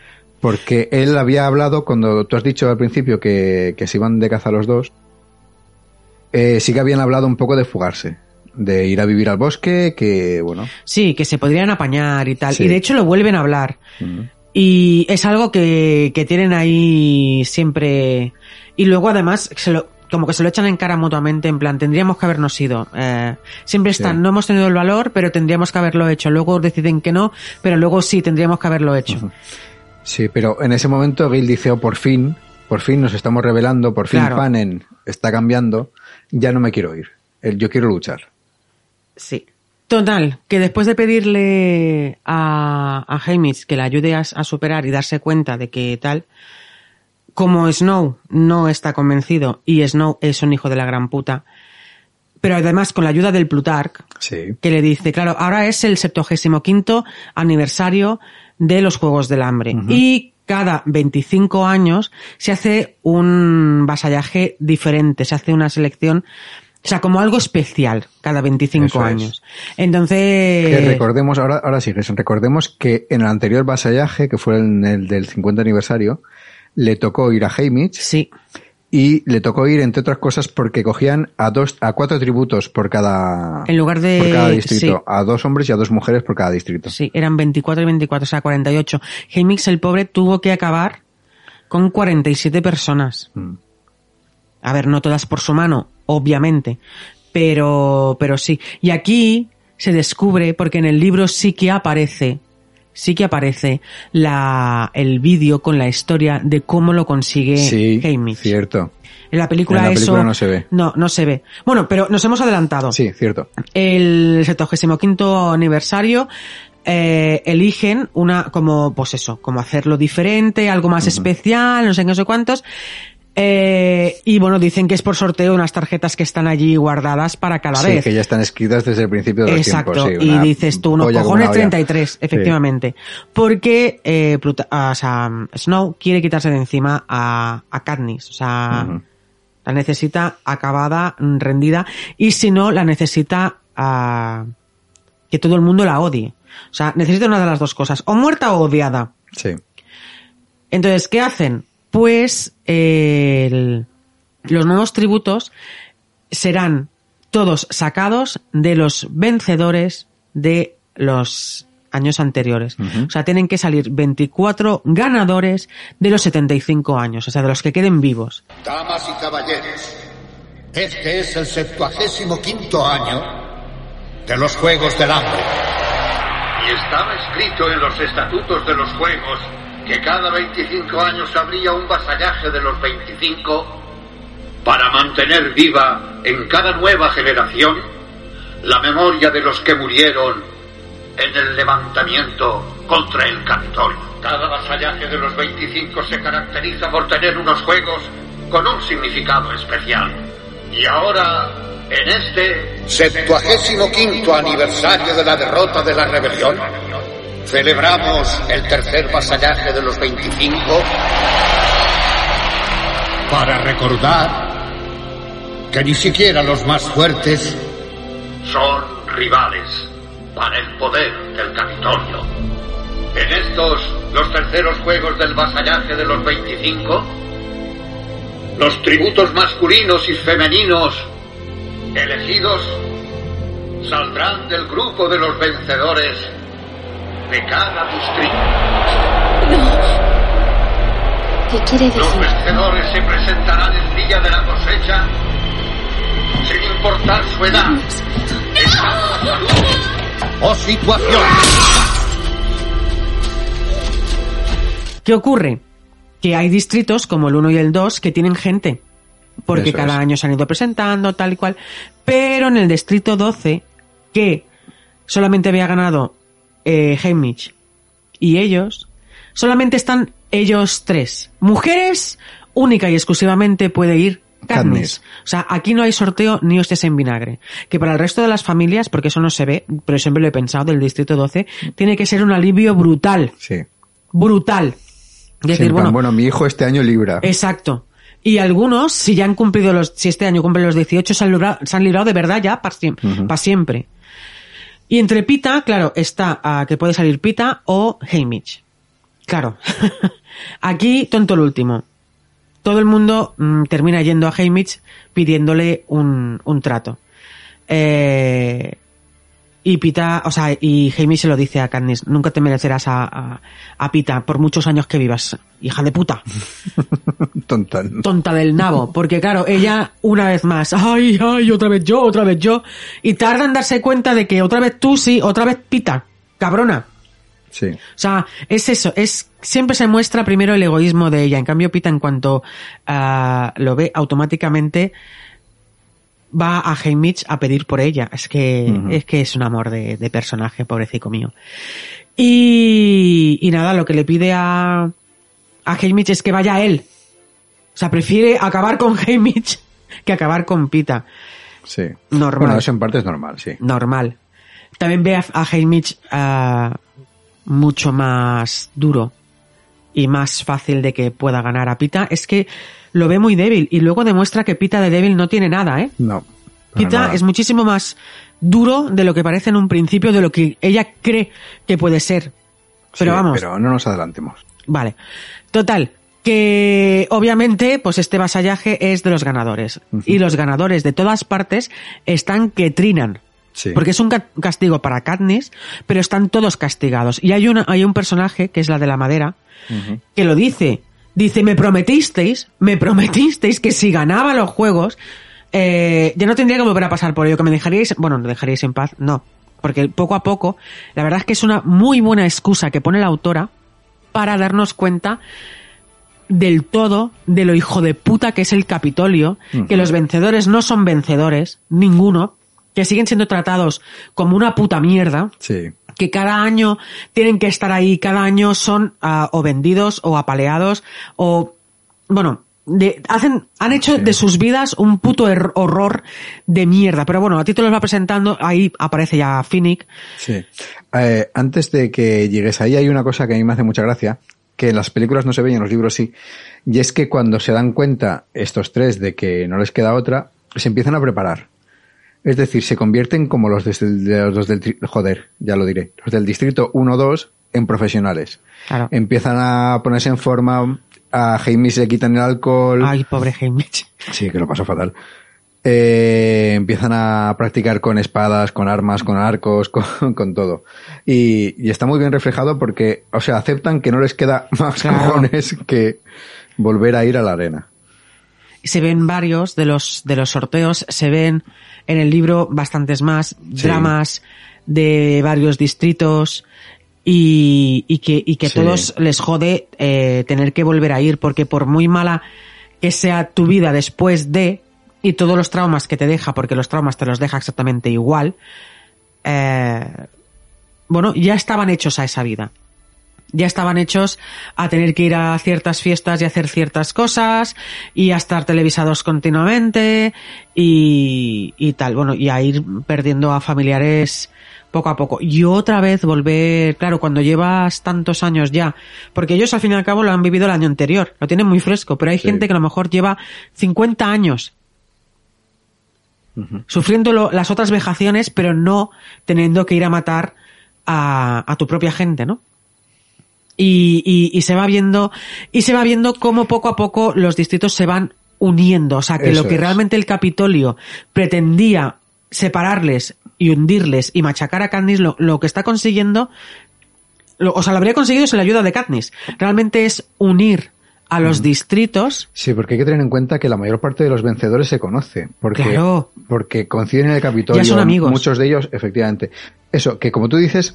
Porque él había hablado, cuando tú has dicho al principio que se iban de caza los dos, sí que habían hablado un poco de fugarse, de ir a vivir al bosque, que bueno. Sí, que se podrían apañar y tal. Sí. Y de hecho lo vuelven a hablar. Uh-huh. Y es algo que tienen ahí siempre. Y luego además como que se lo echan en cara mutuamente, en plan, tendríamos que habernos ido. Siempre están, no hemos tenido el valor, pero tendríamos que haberlo hecho. Luego deciden que no, pero luego sí, tendríamos que haberlo hecho. Uh-huh. Sí, pero en ese momento Gil dice, oh, por fin nos estamos revelando, por fin Claro. Panen está cambiando, ya no me quiero ir, yo quiero luchar. Sí. Total, que después de pedirle a Haymitch que le ayude a superar y darse cuenta de que tal, como Snow no está convencido y Snow es un hijo de la gran puta, pero además con la ayuda del Plutarch, Sí. que le dice, claro, ahora es el 75º aniversario de los Juegos del Hambre. Uh-huh. Y cada 25 años se hace un vasallaje diferente, se hace una selección, o sea, como algo especial cada 25 Eso es. años. Entonces... Que recordemos, ahora sí, recordemos que en el anterior vasallaje, que fue en el del 50 aniversario, le tocó ir a Haymitch. Sí. Y le tocó ir, entre otras cosas, porque cogían a 4 tributos por cada, En lugar de... por cada distrito. Sí. A 2 hombres y a 2 mujeres por cada distrito. Sí, eran 24 y 24, o sea, 48. Haymitch, el pobre, tuvo que acabar con 47 personas. A ver, no todas por su mano, obviamente, pero sí. Y aquí se descubre, porque en el libro sí que aparece el vídeo con la historia de cómo lo consigue Sí, Haymitch. cierto. En la película En la película eso no se ve. No se ve. Bueno, pero nos hemos adelantado. Sí, cierto. El 75º aniversario eligen como hacerlo diferente, algo más especial, no sé qué, no sé cuántos. Y bueno, dicen que es por sorteo unas tarjetas que están allí guardadas para cada Sí, vez. que ya están escritas desde el principio de los Exacto, tiempos. Sí, y dices tú, unos polla como cojones una olla. 33, efectivamente. Porque Snow quiere quitarse de encima a Katniss, o sea, Ujú. la necesita acabada, rendida, y si no, la necesita que todo el mundo la odie. O sea, necesita una de las dos cosas, o muerta o odiada. Sí. Entonces, ¿qué hacen? Pues los nuevos tributos serán todos sacados de los vencedores de los años anteriores. Ujú. O sea, tienen que salir 24 ganadores de los 75 años, o sea, de los que queden vivos. Damas y caballeros, este es el 75º año de los Juegos del Hambre. Y estaba escrito en los estatutos de los Juegos que cada 25 años habría un vasallaje de los 25 para mantener viva en cada nueva generación la memoria de los que murieron en el levantamiento contra el Capitolio. Cada vasallaje de los 25 se caracteriza por tener unos juegos con un significado especial. Y ahora, en este 75º aniversario de la derrota de la rebelión, celebramos el tercer vasallaje de los 25 para recordar que ni siquiera los más fuertes son rivales para el poder del Capitolio. En estos, los terceros juegos del vasallaje de los 25, los tributos masculinos y femeninos elegidos saldrán del grupo de los vencedores de cada distrito. ¿Qué quiere Los decir? vencedores se presentarán el día de la cosecha sin importar su edad, estado de salud o situación. ¿Qué ocurre? Que hay distritos como el 1 y el 2 que tienen gente, porque Eso cada es. año se han ido presentando, tal y cual, pero en el distrito 12, que solamente había ganado Haymitch y ellos, solamente están ellos 3. Mujeres, única y exclusivamente puede ir Katniss. Katniss. O sea, aquí no hay sorteo ni hostias en vinagre. Que para el resto de las familias, porque eso no se ve, pero siempre lo he pensado, del distrito 12, tiene que ser un alivio brutal. Sí. Brutal. Es Sí, decir, en plan, bueno, mi hijo este año libra. exacto. Y algunos, si ya han cumplido si este año cumplen los 18, se han librado de verdad ya para siempre. Y entre Pita, claro, está que puede salir Pita o Haymitch. Claro. Aquí, tonto el último. Todo el mundo termina yendo a Haymitch pidiéndole un trato. Y Pita, y Haymitch se lo dice a Katniss: nunca te merecerás a Pita por muchos años que vivas, hija de puta. Tonta del nabo, porque claro, ella una vez más, ay, otra vez yo, y tarda en darse cuenta de que otra vez tú sí, otra vez Pita, cabrona. Sí. O sea, es eso, siempre se muestra primero el egoísmo de ella. En cambio, Pita, en cuanto lo ve, automáticamente va a Haymitch a pedir por ella. Es que es un amor de personaje, pobrecito mío. Y nada, lo que le pide a Haymitch es que vaya él. O sea, prefiere acabar con Haymitch que acabar con Pita. Sí. Normal. Bueno, eso en parte es normal, sí. Normal. También ve a Haymitch mucho más duro y más fácil de que pueda ganar a Pita. Es que lo ve muy débil y luego demuestra que Pita de débil no tiene nada, ¿eh? No. Pita nada. es muchísimo más duro de lo que parece en un principio, de lo que ella cree que puede ser. Pero sí, vamos. Pero no nos adelantemos. Vale. Total, que obviamente pues este vasallaje es de los ganadores. Y los ganadores de todas partes están que trinan. Sí. Porque es un castigo para Katniss, pero están todos castigados. Y hay un personaje, que es la de la madera, que lo dice. Dice, me prometisteis que si ganaba los juegos, ya no tendría que volver a pasar por ello, que me dejaríais en paz. No, porque poco a poco, la verdad es que es una muy buena excusa que pone la autora para darnos cuenta del todo de lo hijo de puta que es el Capitolio, que los vencedores no son vencedores, ninguno, que siguen siendo tratados como una puta mierda, sí. Que cada año tienen que estar ahí, cada año son o vendidos o apaleados o, bueno, han hecho de sus vidas un puto horror de mierda. Pero bueno, a ti te los va presentando, ahí aparece ya Finnick. Sí. Antes de que llegues ahí hay una cosa que a mí me hace mucha gracia, que en las películas no se ve y en los libros sí, y es que cuando se dan cuenta estos tres de que no les queda otra, se empiezan a preparar. Es decir, se convierten como los del distrito 1-2 en profesionales. Claro. Empiezan a ponerse en forma, a Haymitch le quitan el alcohol. Ay, pobre Haymitch. Sí, que lo pasó fatal. Empiezan a practicar con espadas, con armas, con arcos, con todo. Y está muy bien reflejado porque, o sea, aceptan que no les queda más cojones que volver a ir a la arena. Se ven varios de los sorteos, se ven en el libro bastantes más, dramas de varios distritos y que todos les jode tener que volver a ir, porque por muy mala que sea tu vida después de, y todos los traumas que te deja, porque los traumas te los deja exactamente igual, bueno, ya estaban hechos a esa vida. Ya estaban hechos a tener que ir a ciertas fiestas y hacer ciertas cosas y a estar televisados continuamente y tal. Bueno, y a ir perdiendo a familiares poco a poco. Y otra vez volver, claro, cuando llevas tantos años ya, porque ellos al fin y al cabo lo han vivido el año anterior, lo tienen muy fresco, pero hay gente que a lo mejor lleva 50 años sufriendo las otras vejaciones, pero no teniendo que ir a matar a tu propia gente, ¿no? Y se va viendo cómo poco a poco los distritos se van uniendo, o sea que eso lo que realmente el Capitolio pretendía separarles y hundirles y machacar a Katniss, lo que está consiguiendo, lo habría conseguido sin la ayuda de Katniss. Realmente es unir a los distritos. Sí, porque hay que tener en cuenta que la mayor parte de los vencedores se conoce, porque coinciden en el Capitolio. Ya son amigos. Muchos de ellos, efectivamente. Eso, que como tú dices,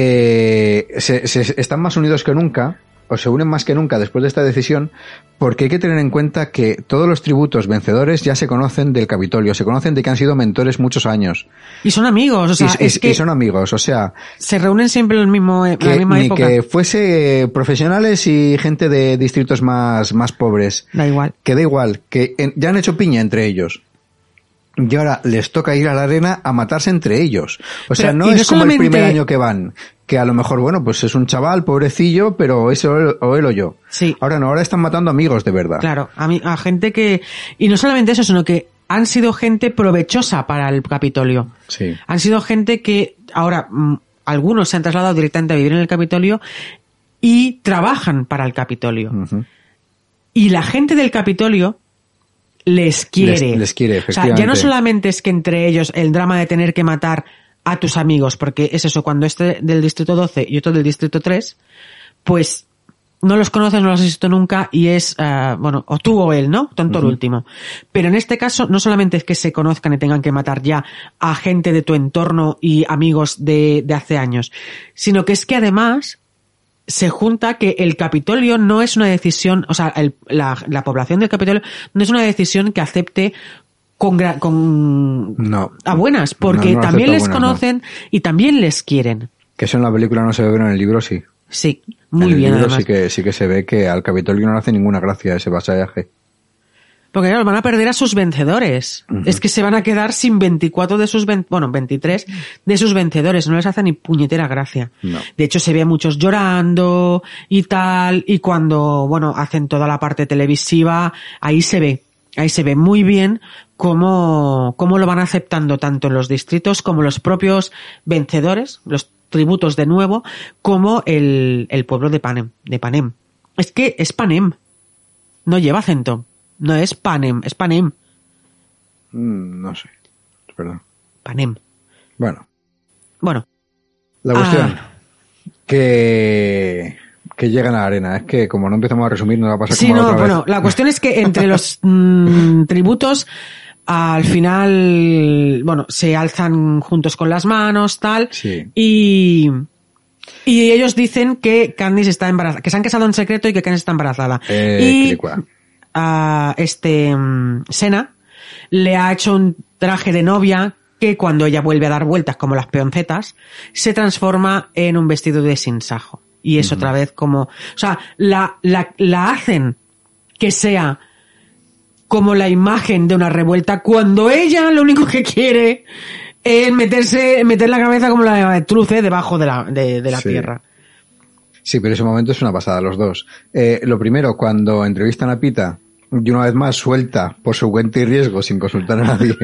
se están más unidos que nunca, o se unen más que nunca después de esta decisión, porque hay que tener en cuenta que todos los tributos vencedores ya se conocen del Capitolio, se conocen de que han sido mentores muchos años. Y son amigos, o sea, y son amigos, o sea... Se reúnen siempre en la misma época. Ni que fuese profesionales y gente de distritos más pobres. Da igual. Que da igual, que ya han hecho piña entre ellos. Y ahora les toca ir a la arena a matarse entre ellos. O sea, no es como el primer año que van, que a lo mejor, bueno, pues es un chaval, pobrecillo, pero es él o yo. Sí. Ahora no, ahora están matando amigos de verdad. Claro, a gente que... Y no solamente eso, sino que han sido gente provechosa para el Capitolio. Sí. Han sido gente que ahora, algunos se han trasladado directamente a vivir en el Capitolio y trabajan para el Capitolio. Ujú. Y la gente del Capitolio les quiere. Les quiere, O sea, efectivamente. ya no solamente es que entre ellos el drama de tener que matar a tus amigos, porque es eso, cuando este del Distrito 12 y otro del Distrito 3, pues no los conoces, no los has visto nunca y es, bueno, o tú o él, ¿no? Tonto el último. Pero en este caso no solamente es que se conozcan y tengan que matar ya a gente de tu entorno y amigos de hace años, sino que es que además se junta que el Capitolio no es una decisión, o sea, la población del Capitolio no es una decisión que acepte No. a buenas, porque No también acepto les buenas, conocen y también les quieren. Que eso en la película no se ve, pero en el libro sí. Sí, muy en bien el libro además. sí que se ve que al Capitolio no le hace ninguna gracia ese vasallaje. Porque claro, van a perder a sus vencedores. Es que se van a quedar sin 24 de sus 23 de sus vencedores. No les hace ni puñetera gracia. No. De hecho, se ve a muchos llorando y tal. Y cuando, bueno, hacen toda la parte televisiva, ahí se ve muy bien cómo lo van aceptando tanto los distritos como los propios vencedores, los tributos de nuevo, como el pueblo de Panem. Es que es Panem. No lleva acento. No es Panem, es Panem. No sé. Perdón. Panem. Bueno. Bueno. La cuestión. Que llegan a la arena. Es que como no empezamos a resumir, nos va a pasar Sí, como la no, otra bueno, vez. la cuestión es que entre los tributos, al final, bueno, se alzan juntos con las manos, tal, Sí. y ellos dicen que Candice está embarazada, que se han casado en secreto y que Candice está embarazada. Y Película. a Senna le ha hecho un traje de novia que cuando ella vuelve a dar vueltas como las peoncetas, se transforma en un vestido de sinsajo. Y es otra vez como, o sea, la hacen que sea como la imagen de una revuelta cuando ella lo único que quiere es meter la cabeza como la de Truce debajo de la Sí. tierra. Sí, pero ese momento es una pasada, los dos. Lo primero, cuando entrevistan a Pita, y una vez más suelta por su cuenta y riesgo, sin consultar a nadie,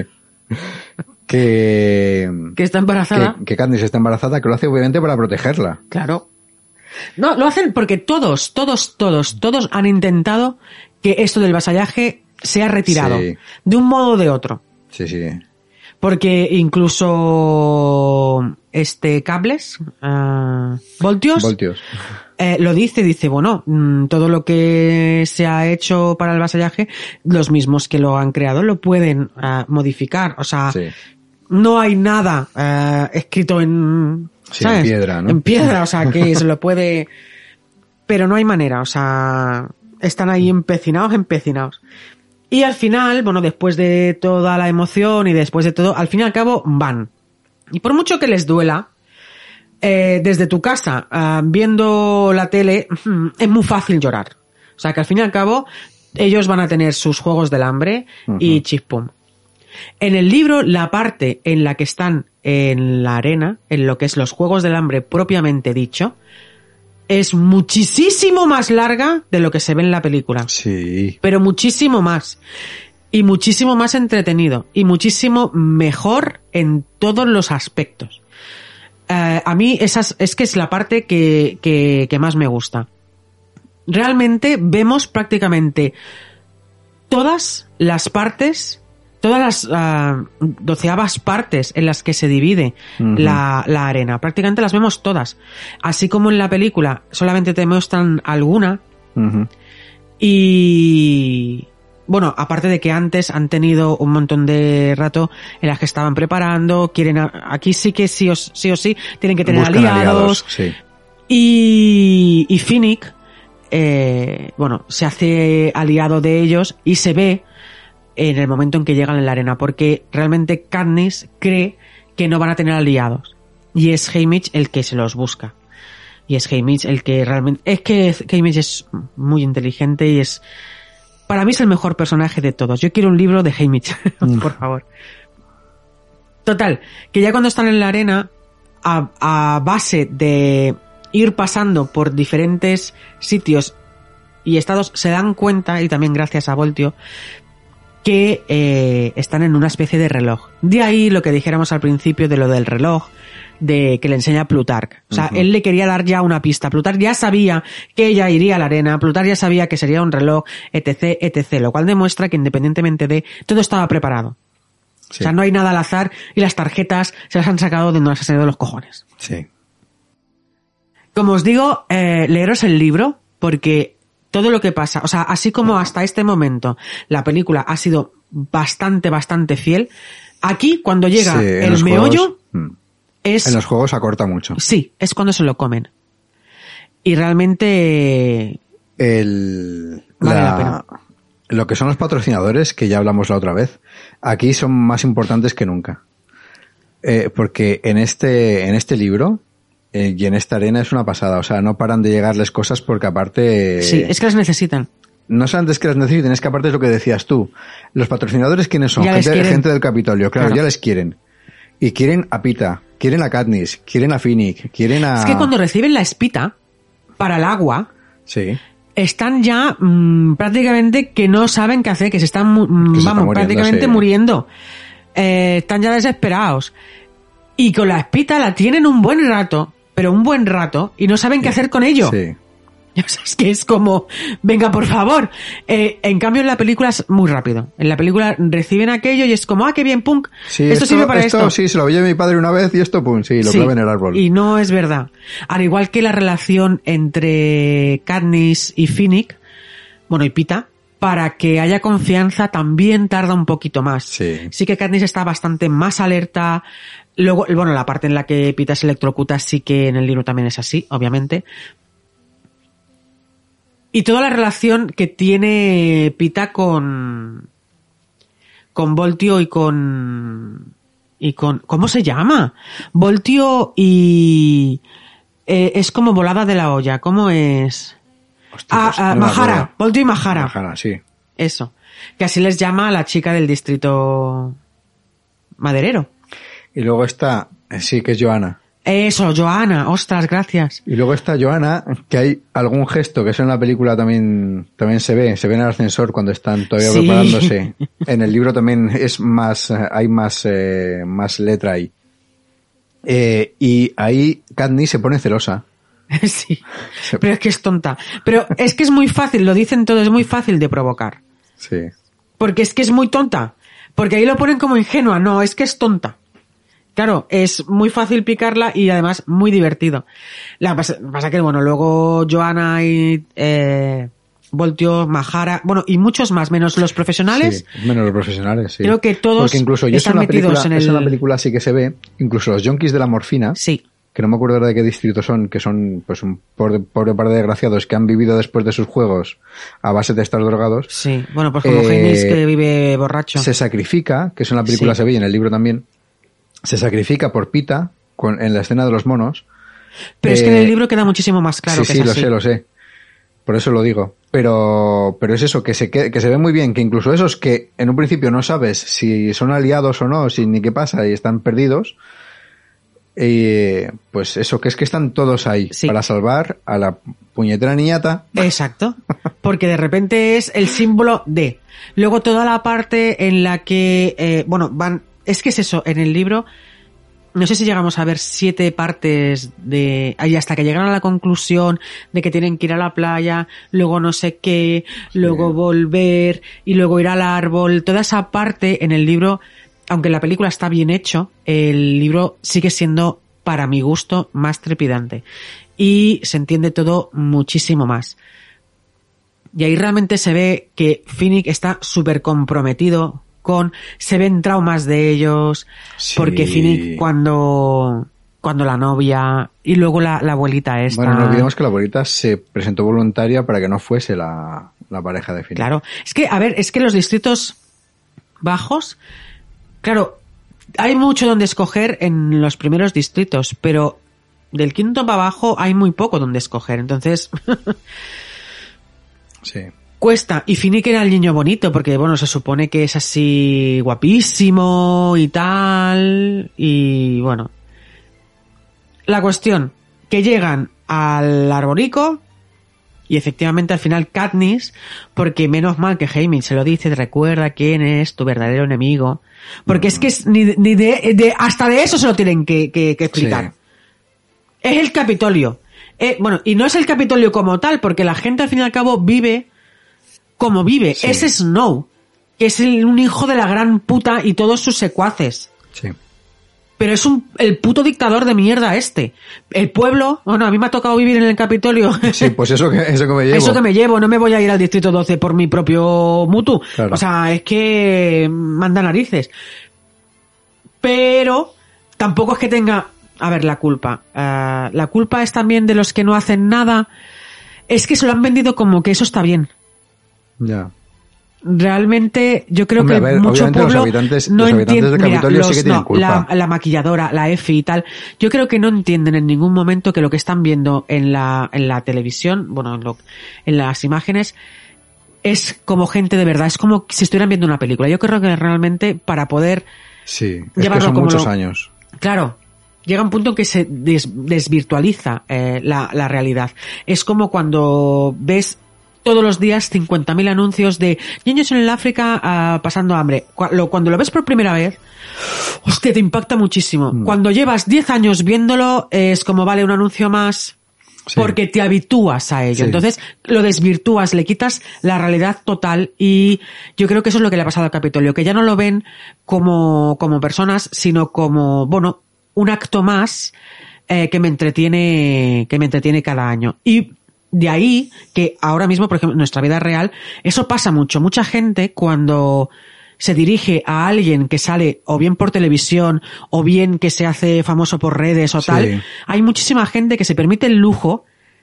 que está embarazada. Que Candice está embarazada, que lo hace obviamente para protegerla. Claro. No, lo hacen porque todos han intentado que esto del vasallaje sea retirado. Sí. De un modo o de otro. Sí, sí. Porque incluso Cables, Voltios, lo dice, bueno, todo lo que se ha hecho para el vasallaje, los mismos que lo han creado lo pueden modificar. O sea, Sí. no hay nada escrito en... Sí, ¿sabes? en piedra, ¿no? En piedra, o sea, que se lo puede... Pero no hay manera, o sea, están ahí empecinados. Y al final, bueno, después de toda la emoción y después de todo, al fin y al cabo van. Y por mucho que les duela, desde tu casa, viendo la tele, es muy fácil llorar. O sea que al fin y al cabo, ellos van a tener sus juegos del hambre y chispum. En el libro, la parte en la que están en la arena, en lo que es los juegos del hambre propiamente dicho, es muchísimo más larga de lo que se ve en la película. Sí. Pero muchísimo más. Y muchísimo más entretenido. Y muchísimo mejor en todos los aspectos. A mí es que es la parte que más me gusta. Realmente vemos prácticamente todas las partes, todas las 12avas partes en las que se divide la arena. Prácticamente las vemos todas. Así como en la película solamente te muestran alguna. Y bueno, aparte de que antes han tenido un montón de rato en las que estaban preparando, aquí sí que sí o sí tienen que tener Buscan aliados. Sí. Y Finnick, bueno, se hace aliado de ellos y se ve en el momento en que llegan en la arena, porque realmente Katniss cree que no van a tener aliados. Y es Haymitch el que se los busca. Y es Haymitch el que realmente... Es que Haymitch es muy inteligente y es... Para mí es el mejor personaje de todos. Yo quiero un libro de Haymitch, por favor. Total, que ya cuando están en la arena, a base de ir pasando por diferentes sitios y estados, se dan cuenta, y también gracias a Voltio, que están en una especie de reloj. De ahí lo que dijéramos al principio de lo del reloj, que le enseña Plutarch. O sea, él le quería dar ya una pista. Plutarch ya sabía que ella iría a la arena, Plutarch ya sabía que sería un reloj, etc, etc, lo cual demuestra que independientemente de todo estaba preparado. Sí. O sea, no hay nada al azar y las tarjetas se las han sacado de donde las han salido de los cojones. Sí. Como os digo, leeros el libro, porque todo lo que pasa, o sea, así como hasta este momento la película ha sido bastante fiel, aquí cuando llega el meollo es... En los juegos acorta mucho. Sí, es cuando se lo comen. Y realmente... Vale la pena. Lo que son los patrocinadores, que ya hablamos la otra vez, aquí son más importantes que nunca. Porque en este libro y en esta arena es una pasada. O sea, no paran de llegarles cosas porque aparte... Sí, es que las necesitan. No solamente es que las necesiten, es que aparte es lo que decías tú. Los patrocinadores, ¿quiénes son? Gente del Capitolio, claro, ya les quieren. Y quieren a Pita, quieren a Katniss, quieren a Finnick, quieren a... Es que cuando reciben la espita para el agua... Sí. Están ya prácticamente que no saben qué hacer, que se están prácticamente muriendo. Están ya desesperados. Y con la espita la tienen un buen rato, pero un buen rato, y no saben qué hacer con ello. Sí. Es que es como, venga, por favor. En cambio, en la película es muy rápido. En la película reciben aquello y es como, qué bien, punk. Sí, esto sirve para esto. Sí, se lo oye mi padre una vez y esto, pum, sí, lo clava en el árbol. Y no es verdad. Al igual que la relación entre Katniss y Finnick, bueno, y Pita, para que haya confianza también tarda un poquito más. Sí que Katniss está bastante más alerta. Luego, bueno, la parte en la que Pita se electrocuta sí que en el libro también es así, obviamente. Y toda la relación que tiene Pita con Voltio y con ¿cómo se llama? Voltio y es como volada de la olla. ¿Cómo es? Hostia, Majara. Voltio y Majara. Majara, sí. Eso. Que así les llama a la chica del distrito maderero. Y luego está, sí, que es Johanna. Eso, Johanna, ostras, gracias. Y luego está Johanna, que hay algún gesto que eso en la película también se ve en el ascensor cuando están todavía preparándose. En el libro también es más, hay más letra ahí. Y ahí Katniss se pone celosa. Sí, pero es que es tonta. Pero es que es muy fácil, lo dicen todos, es muy fácil de provocar. Sí. Porque es que es muy tonta. Porque ahí lo ponen como ingenua, no, es que es tonta. Claro, es muy fácil picarla y además muy divertido. La pasa que, bueno, luego Johanna y Voltio, Majara, bueno, y muchos más, menos los profesionales. Sí, menos los profesionales, sí. Creo que todos porque incluso están metidos en el... Es una película sí que se ve, incluso los junkies de la morfina. Sí. Que no me acuerdo de qué distrito son, que son pues un pobre par de desgraciados que han vivido después de sus juegos a base de estar drogados. Sí, bueno, pues como Genis que vive borracho. Se sacrifica, que eso en la película se ve y en el libro también. Se sacrifica por Pita en la escena de los monos. Pero es que en el libro queda muchísimo más claro que es así. Sí, lo sé. Por eso lo digo. Pero es eso, que se ve muy bien, que incluso esos que en un principio no sabes si son aliados o no, si ni qué pasa y están perdidos, pues eso, que es que están todos ahí para salvar a la puñetera niñata. Exacto. Porque de repente es el símbolo de. Luego toda la parte en la que, es que es eso, en el libro, no sé si llegamos a ver 7 partes y hasta que llegan a la conclusión de que tienen que ir a la playa, luego no sé qué, luego volver, y luego ir al árbol. Toda esa parte en el libro, aunque la película está bien hecho, el libro sigue siendo, para mi gusto, más trepidante. Y se entiende todo muchísimo más. Y ahí realmente se ve que Finnick está súper comprometido se ven traumas de ellos, porque Finnick cuando la novia y luego la abuelita esta... Bueno, no olvidemos que la abuelita se presentó voluntaria para que no fuese la pareja de Finnick. Claro, es que los distritos bajos, claro, hay mucho donde escoger en los primeros distritos, pero del 5º para abajo hay muy poco donde escoger, entonces... Sí. Cuesta, y Finnick era el niño bonito, porque bueno, se supone que es así guapísimo y tal, y bueno. La cuestión, que llegan al arborico, Y efectivamente al final Katniss, porque menos mal que Jaime se lo dice, recuerda quién es tu verdadero enemigo. Porque es que ni de hasta de eso se lo tienen que explicar. Sí. Es el Capitolio. Bueno, y no es el Capitolio como tal, porque la gente al fin y al cabo vive como vive. Sí. Es Snow, que es un hijo de la gran puta y todos sus secuaces. Sí. Pero es el puto dictador de mierda este. El pueblo, bueno, a mí me ha tocado vivir en el Capitolio. Sí, pues eso que me llevo. Eso que me llevo, no me voy a ir al Distrito 12 por mi propio mutu. Claro. O sea, es que manda narices. Pero tampoco es que tenga, a ver, la culpa. La culpa es también de los que no hacen nada. Es que se lo han vendido como que eso está bien. Ya. Realmente yo creo Hombre, que a ver, mucho obviamente pueblo los habitantes no del entiende. Capitolio sí que tienen culpa. La maquilladora, la Effie y tal, yo creo que no entienden en ningún momento que lo que están viendo en la televisión, bueno, en las imágenes, es como gente de verdad, es como si estuvieran viendo una película. Yo creo que realmente para poder Sí, es llevarlo que son como muchos años. Claro, llega un punto en que se desvirtualiza la realidad. Es como cuando ves todos los días 50.000 anuncios de niños en el África pasando hambre. Cuando lo ves por primera vez, hostia, te impacta muchísimo. Cuando llevas 10 años viéndolo, es como, vale, un anuncio más, Sí. porque te habitúas a ello. Sí. Entonces, lo desvirtúas, le quitas la realidad total, y yo creo que eso es lo que le ha pasado al Capitolio, que ya no lo ven como personas, sino como, bueno, un acto más que me entretiene cada año. Y de ahí que ahora mismo, por ejemplo, en nuestra vida real, eso pasa mucho. Mucha gente cuando se dirige a alguien que sale o bien por televisión o bien que se hace famoso por redes o Sí. tal, hay muchísima gente que se permite el lujo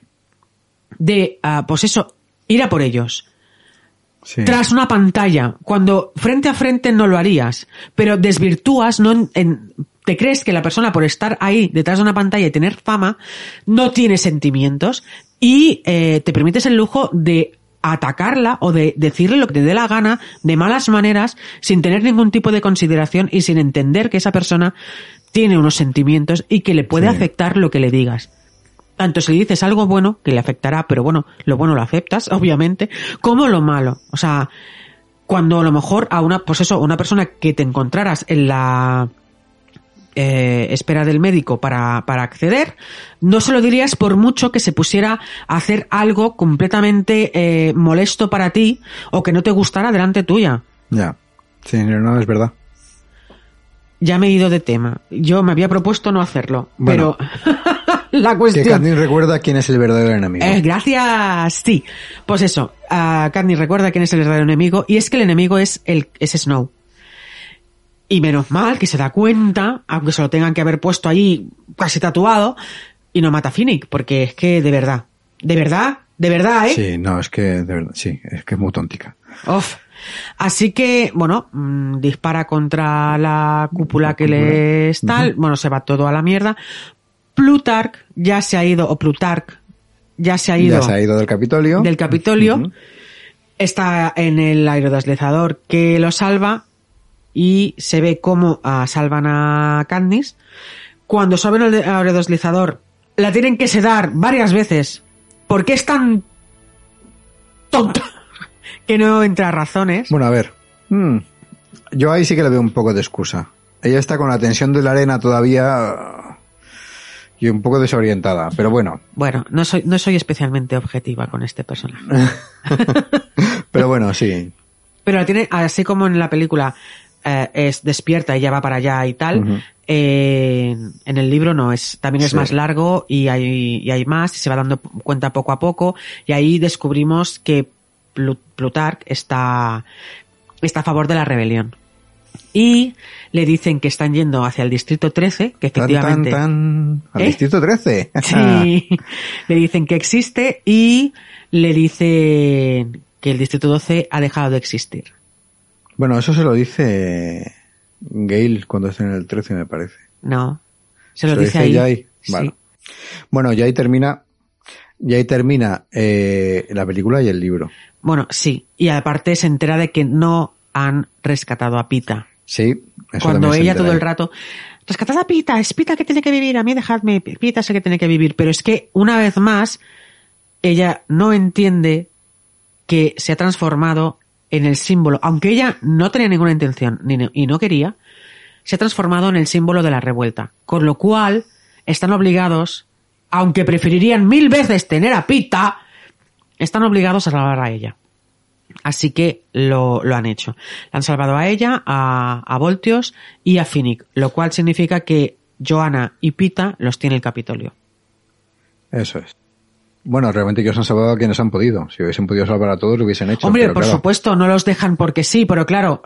de, pues eso, ir a por ellos. Sí. Tras una pantalla, cuando frente a frente no lo harías, pero desvirtúas, te crees que la persona, por estar ahí detrás de una pantalla y tener fama, no tiene sentimientos, y te permites el lujo de atacarla o de decirle lo que te dé la gana de malas maneras, sin tener ningún tipo de consideración y sin entender que esa persona tiene unos sentimientos y que le puede Sí. afectar lo que le digas. Tanto si le dices algo bueno, que le afectará, pero bueno, lo bueno lo aceptas, obviamente, como lo malo. O sea, cuando a lo mejor a una persona que te encontraras en la espera del médico para acceder, no se lo dirías por mucho que se pusiera a hacer algo completamente molesto para ti o que no te gustara delante tuya. Ya. Sí, no, es verdad. Ya me he ido de tema. Yo me había propuesto no hacerlo, Bueno. pero la Que cuestión... Katniss recuerda quién es el verdadero enemigo. Gracias, sí. Pues eso, Katniss recuerda quién es el verdadero enemigo, y es que el enemigo es Snow. Y menos mal que se da cuenta, aunque se lo tengan que haber puesto ahí casi tatuado, y no mata a Finnick, porque es que de verdad, ¿eh? Sí, no, es que de verdad, sí, es que es muy tontica. Uf. Así que, bueno, dispara contra la cúpula que les tal, bueno, se va todo a la mierda. Plutarch ya se ha ido Ya se ha ido del Capitolio. Ujú. Está en el aerodeslizador que lo salva, y se ve cómo salvan a Katniss. Cuando suben el aerodeslizador, la tienen que sedar varias veces, porque es tan tonta que no entra a razones. Bueno, a ver. Yo ahí sí que le veo un poco de excusa. Ella está con la tensión de la arena todavía y un poco desorientada, pero bueno. Bueno, no soy especialmente objetiva con este personaje. Pero bueno, sí. Pero la tiene, así como en la película es despierta y ya va para allá y tal, Ujú. en el libro no, también es Sí. más largo y hay más, y se va dando cuenta poco a poco, y ahí descubrimos que Plutarch está a favor de la rebelión. Y le dicen que están yendo hacia el Distrito 13, que efectivamente... Al ¿Eh? Distrito 13. Sí, le dicen que existe, y le dicen que el Distrito 12 ha dejado de existir. Bueno, eso se lo dice Gale cuando está en el 13, me parece. No, se lo dice ahí. Jai. Sí. Vale. Bueno, y ahí termina la película y el libro. Bueno, sí, y aparte se entera de que no han rescatado a Pita. Sí, eso Cuando también se ella entera todo el ahí. rato, rescatad a Pita, es Pita que tiene que vivir, a mí dejadme, Pita es el que tiene que vivir. Pero es que, una vez más, ella no entiende que se ha transformado en el símbolo, aunque ella no tenía ninguna intención y no quería, se ha transformado en el símbolo de la revuelta. Con lo cual, están obligados, aunque preferirían 1000 veces tener a Pita, están obligados a salvar a ella. Así que lo han hecho. La han salvado a ella, a Voltios y a Finnick, lo cual significa que Joanna y Pita los tiene el Capitolio. Eso es. Bueno, realmente ellos han salvado a quienes han podido. Si hubiesen podido salvar a todos, lo hubiesen hecho. Hombre, pero por claro, supuesto, no los dejan porque sí, pero claro...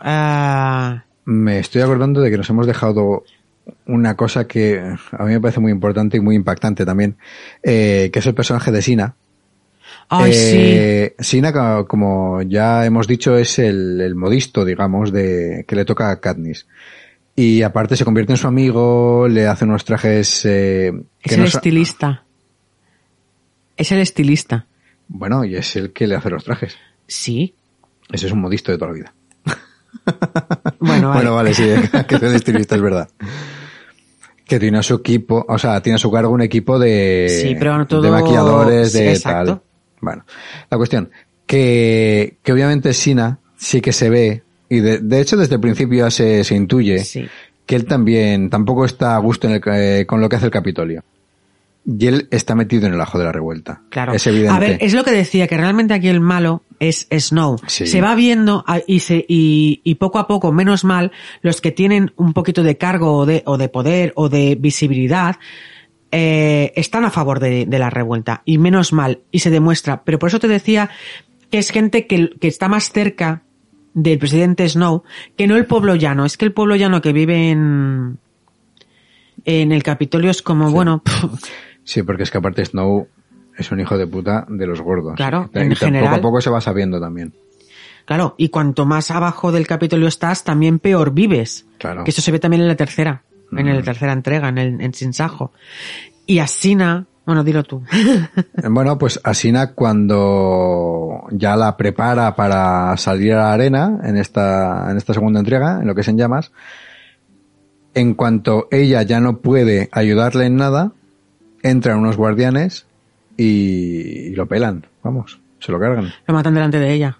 Me estoy acordando de que nos hemos dejado una cosa que a mí me parece muy importante y muy impactante también, que es el personaje de Sina. Ay, sí. Sina, como ya hemos dicho, es el modisto, digamos, que le toca a Katniss. Y aparte se convierte en su amigo, le hace unos trajes... es el estilista. Es el estilista. Bueno, y es el que le hace los trajes. Sí. Ese es un modisto de toda la vida. Bueno, vale. Bueno, vale, sí, que es el estilista, es verdad. Que tiene a su equipo, o sea, tiene a su cargo un equipo de maquilladores, de exacto. tal. Bueno, la cuestión, que obviamente Sina sí que se ve, y de hecho desde el principio ya se intuye, que él también tampoco está a gusto con lo que hace el Capitolio. Y él está metido en el ajo de la revuelta. Claro. Es evidente. A ver, es lo que decía, que realmente aquí el malo es Snow. Sí. Se va viendo y poco a poco, menos mal, los que tienen un poquito de cargo o de poder o de visibilidad, están a favor de la revuelta. Y menos mal. Y se demuestra. Pero por eso te decía que es gente que está más cerca del presidente Snow que no el pueblo llano. Es que el pueblo llano que vive en el Capitolio es como, sí. bueno... Sí, porque es que aparte Snow es un hijo de puta de los gordos. Claro, en general. Poco a poco se va sabiendo también. Claro, y cuanto más abajo del Capitolio estás, también peor vives. Claro. Que eso se ve también en la tercera, en la tercera entrega, en Sinsajo. Y a Sina, bueno, dilo tú. Bueno, pues a Sina cuando ya la prepara para salir a la arena en esta segunda entrega, en lo que es En Llamas, en cuanto ella ya no puede ayudarle en nada, entran unos guardianes y lo pelan, vamos, se lo cargan. Lo matan delante de ella.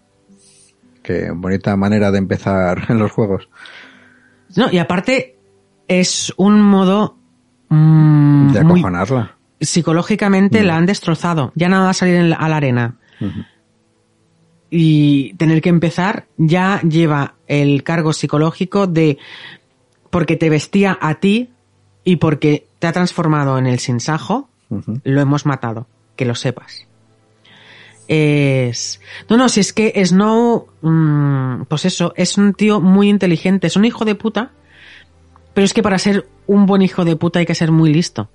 Qué bonita manera de empezar en los juegos. No, y aparte es un modo de acojonarla. Psicológicamente la han destrozado. Ya nada va a salir a la arena. Y tener que empezar ya lleva el cargo psicológico de porque te vestía a ti y porque te ha transformado en el sinsajo, lo hemos matado, que lo sepas. Si es que Snow, pues eso, es un tío muy inteligente, es un hijo de puta, pero es que para ser un buen hijo de puta hay que ser muy listo.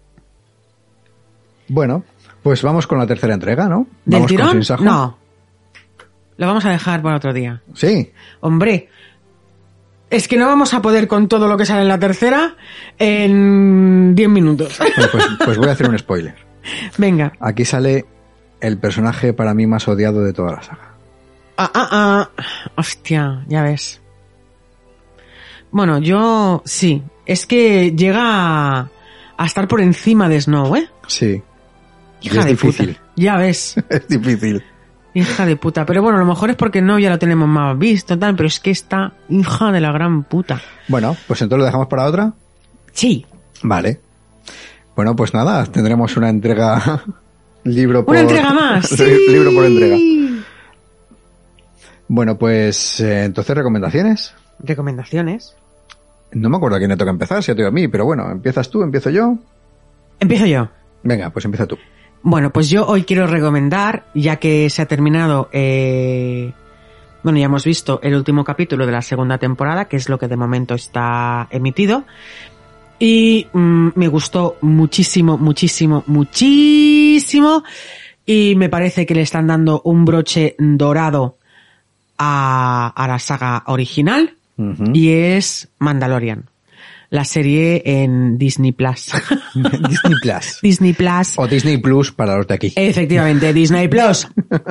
Bueno, pues vamos con la tercera entrega, ¿no? ¿Del ¿Vamos tirón? con Sinsajo? No. Lo vamos a dejar para otro día. Sí. Hombre, es que no vamos a poder con todo lo que sale en la tercera en 10 minutos. Bueno, pues voy a hacer un spoiler. Venga. Aquí sale el personaje para mí más odiado de toda la saga. Hostia, ya ves. Bueno, yo sí. Es que llega a estar por encima de Snow, ¿eh? Sí. Hija es de difícil. puta. Ya ves. Es difícil. Hija de puta. Pero bueno, a lo mejor es porque no ya lo tenemos más visto, tal, pero es que está hija de la gran puta. Bueno, pues entonces lo dejamos para otra. Sí. Vale. Bueno, pues nada, tendremos una entrega libro por... ¡Una entrega más! ¡Sí! Libro por entrega. Bueno, pues entonces recomendaciones. ¿Recomendaciones? No me acuerdo a quién le toca empezar, si a ti o a mí, pero bueno, ¿empiezas tú? ¿Empiezo yo? Empiezo yo. Venga, pues empieza tú. Bueno, pues yo hoy quiero recomendar, ya que se ha terminado, bueno, ya hemos visto el último capítulo de la segunda temporada, que es lo que de momento está emitido, y me gustó muchísimo, muchísimo, muchísimo, y me parece que le están dando un broche dorado a la saga original, y es Mandalorian. La serie en Disney Plus. Disney Plus. Disney Plus. O Disney Plus para los de aquí. Efectivamente, Disney Plus.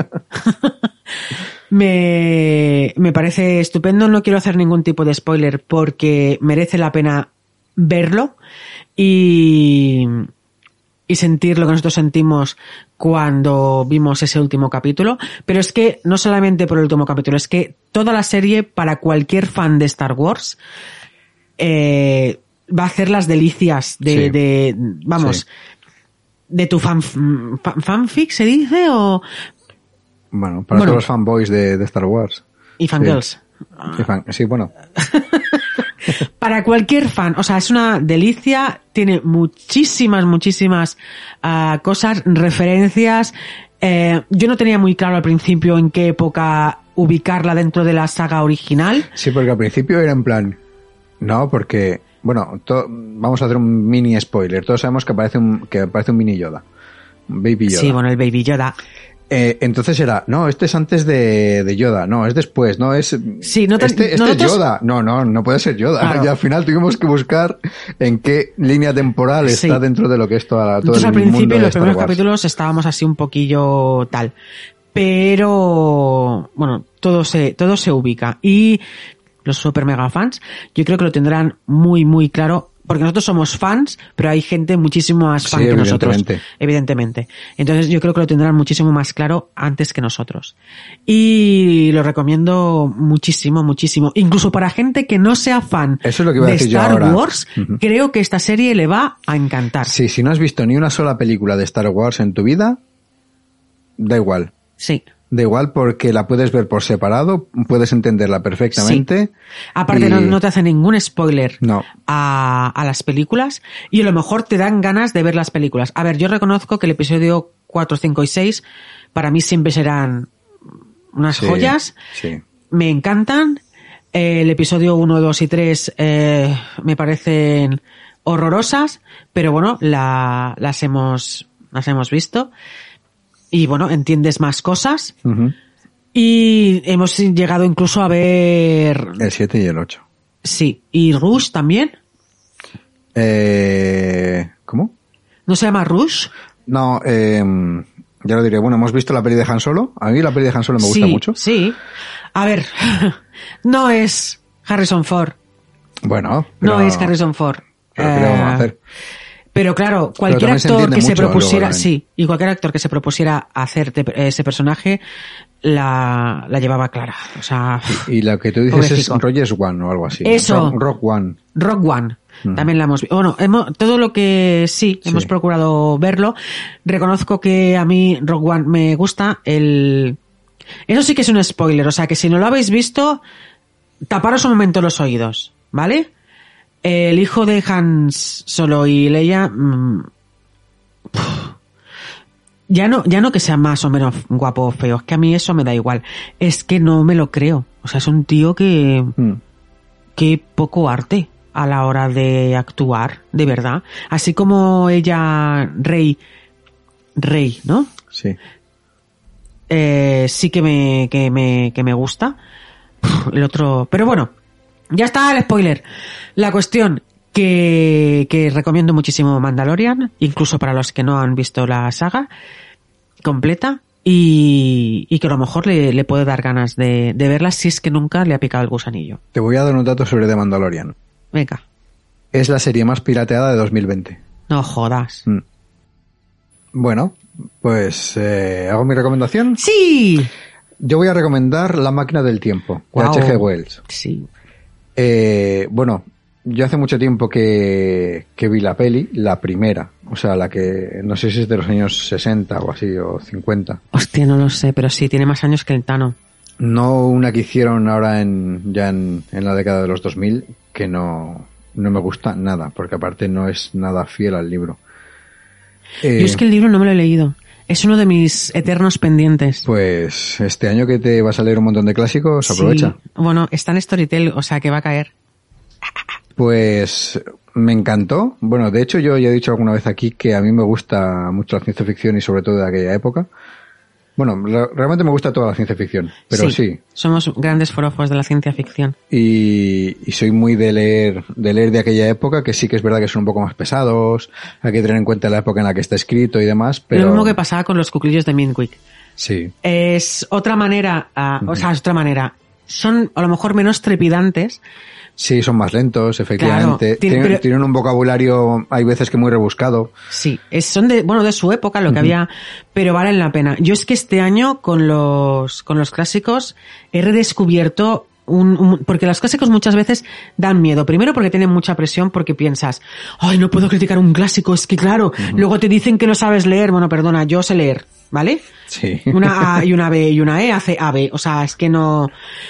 Me parece estupendo. No quiero hacer ningún tipo de spoiler porque merece la pena verlo. Y y sentir lo que nosotros sentimos cuando vimos ese último capítulo, pero es que no solamente por el último capítulo, es que toda la serie, para cualquier fan de Star Wars, va a hacer las delicias de tu fanfic, ¿se dice? O Bueno, para todos los fanboys de Star Wars. Y fangirls. Sí, bueno. Para cualquier fan, o sea, es una delicia, tiene muchísimas cosas, referencias. Yo no tenía muy claro al principio en qué época ubicarla dentro de la saga original. Sí, porque al principio era en plan... No, porque... Bueno, vamos a hacer un mini spoiler. Todos sabemos que aparece un mini Yoda. Un Baby Yoda. Sí, bueno, el Baby Yoda. Entonces era, no, este es antes de Yoda, no, es después, no es... Sí, este es Yoda, no puede ser Yoda. Claro. Y al final tuvimos que buscar en qué línea temporal está dentro de lo que es todo Entonces, el al principio, mundo de en los Star primeros Wars. capítulos estábamos así un poquillo tal. Pero, bueno, todo se ubica. Y los super mega fans, yo creo que lo tendrán muy claro, porque nosotros somos fans, pero hay gente muchísimo más fan que nosotros, evidentemente. Entonces yo creo que lo tendrán muchísimo más claro antes que nosotros. Y lo recomiendo muchísimo. Incluso para gente que no sea fan Eso es lo que iba a de decir Star yo ahora. Wars, creo que esta serie le va a encantar. Sí, si no has visto ni una sola película de Star Wars en tu vida, da igual. Sí. Da igual porque la puedes ver por separado, puedes entenderla perfectamente. Sí. Aparte no te hace ningún spoiler no. a las películas y a lo mejor te dan ganas de ver las películas. A ver, yo reconozco que el episodio 4, 5 y 6 para mí siempre serán unas joyas. Sí. Me encantan. El episodio 1, 2 y 3 me parecen horrorosas, pero bueno, las hemos visto. Y bueno, entiendes más cosas. Uh-huh. Y hemos llegado incluso a ver... El 7 y el 8. Sí. ¿Y Rush también? ¿Cómo? ¿No se llama Rush? No, ya lo diré. Bueno, hemos visto la peli de Han Solo. A mí la peli de Han Solo me gusta mucho. Sí. A ver, no es Harrison Ford. Bueno. Pero... No es Harrison Ford. ¿Pero qué le vamos a hacer? Pero claro, cualquier actor que se propusiera, y cualquier actor que se propusiera hacer ese personaje la llevaba clara. O sea, y lo que tú dices pobrecito. Es Rogers One o algo así. Eso. Rogue One. Rogue One. También la hemos visto. Bueno, todo lo que hemos procurado verlo. Reconozco que a mí Rogue One me gusta. Eso sí que es un spoiler. O sea, que si no lo habéis visto, taparos un momento los oídos, ¿vale? El hijo de Han Solo y Leia, ya no que sea más o menos guapo o feo, es que a mí eso me da igual. Es que no me lo creo. O sea, es un tío que poco arte a la hora de actuar, de verdad. Así como ella, Rey, ¿no? Sí. Sí que me gusta. El otro, pero bueno. Ya está el spoiler. La cuestión que recomiendo muchísimo Mandalorian, incluso para los que no han visto la saga completa, y que a lo mejor le puede dar ganas de verla si es que nunca le ha picado el gusanillo. Te voy a dar un dato sobre The Mandalorian. Venga. Es la serie más pirateada de 2020. No jodas. Bueno, pues ¿hago mi recomendación? ¡Sí! Yo voy a recomendar La máquina del tiempo, de H.G. Wells. Sí. Bueno, yo hace mucho tiempo que vi la peli, la primera, o sea, la que no sé si es de los años 60 o así, o 50. Hostia, no lo sé, pero sí, tiene más años que el Tano. No una que hicieron ahora en la década de los 2000, que no me gusta nada, porque aparte no es nada fiel al libro. Yo es que el libro no me lo he leído. Es uno de mis eternos pendientes. Pues este año que te vas a leer un montón de clásicos, aprovecha. Sí. Bueno, está en Storytel, o sea que va a caer. Pues me encantó. Bueno, de hecho yo ya he dicho alguna vez aquí que a mí me gusta mucho la ciencia ficción y sobre todo de aquella época. Bueno, realmente me gusta toda la ciencia ficción, pero sí. Somos grandes forofos de la ciencia ficción. Y soy muy de leer de aquella época, que sí que es verdad que son un poco más pesados, hay que tener en cuenta la época en la que está escrito y demás, pero... Lo mismo que pasaba con los cuclillos de Minwick. Sí. Es otra manera, o sea, es otra manera. son a lo mejor menos trepidantes. Sí, son más lentos, efectivamente. Claro, tienen un vocabulario, hay veces que muy rebuscado. Sí, son de su época, lo que había, pero valen la pena. Yo es que este año con los clásicos he redescubierto porque los clásicos muchas veces dan miedo. Primero porque tienen mucha presión, porque piensas, ay, no puedo criticar un clásico, es que claro, luego te dicen que no sabes leer. Bueno, perdona, yo sé leer, ¿vale? Sí. Una A y una B y una E hace AB, o sea, es que no...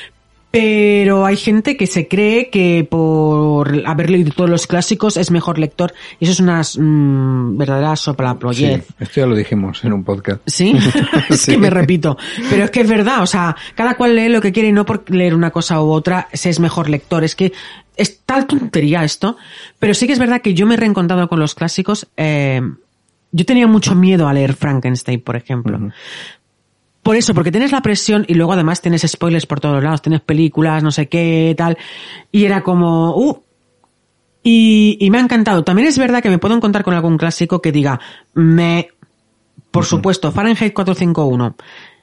Pero hay gente que se cree que por haber leído todos los clásicos es mejor lector, y eso es una verdadera soplaployez. Sí, esto ya lo dijimos en un podcast. ¿Sí? Es que me repito. Pero es que es verdad, o sea, cada cual lee lo que quiere y no por leer una cosa u otra se es mejor lector. Es que es tal tontería esto. Pero sí que es verdad que yo me he reencontrado con los clásicos. Yo tenía mucho miedo a leer Frankenstein, por ejemplo. Por eso, porque tienes la presión y luego además tienes spoilers por todos lados, tienes películas, no sé qué, tal, y era como, y me ha encantado. También es verdad que me puedo encontrar con algún clásico que diga, por supuesto, Fahrenheit 451,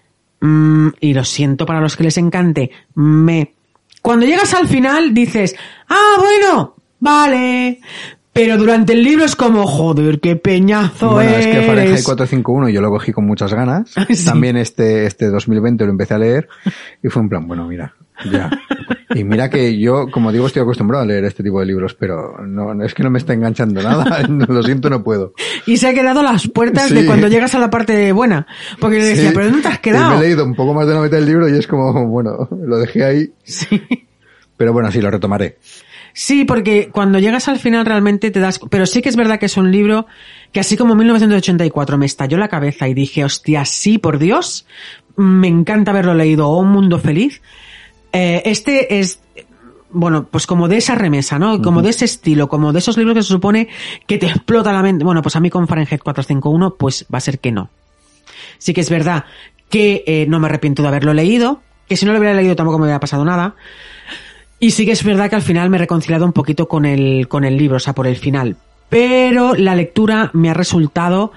y lo siento para los que les encante, cuando llegas al final dices, bueno, vale. Pero durante el libro es como, joder, qué peñazo bueno, eres. Es que Fahrenheit 451 yo lo cogí con muchas ganas. Sí. También este 2020 lo empecé a leer y fue en plan, bueno, mira, ya. Y mira que yo, como digo, estoy acostumbrado a leer este tipo de libros, pero no es que no me está enganchando nada. Lo siento, no puedo. Y se ha quedado a las puertas de cuando llegas a la parte buena. Porque le decía, pero ¿dónde te has quedado? Me he leído un poco más de la mitad del libro y es como, bueno, lo dejé ahí. Sí. Pero bueno, sí, lo retomaré. Sí, porque cuando llegas al final realmente te das... Pero sí que es verdad que es un libro que así como 1984 me estalló la cabeza y dije, hostia, sí, por Dios, me encanta haberlo leído, Un mundo feliz. Este es, bueno, pues como de esa remesa, ¿no? Como de ese estilo, como de esos libros que se supone que te explota la mente. Bueno, pues a mí con Fahrenheit 451 pues va a ser que no. Sí que es verdad que no me arrepiento de haberlo leído, que si no lo hubiera leído tampoco me hubiera pasado nada. Y sí que es verdad que al final me he reconciliado un poquito con el libro, o sea, por el final. Pero la lectura me ha resultado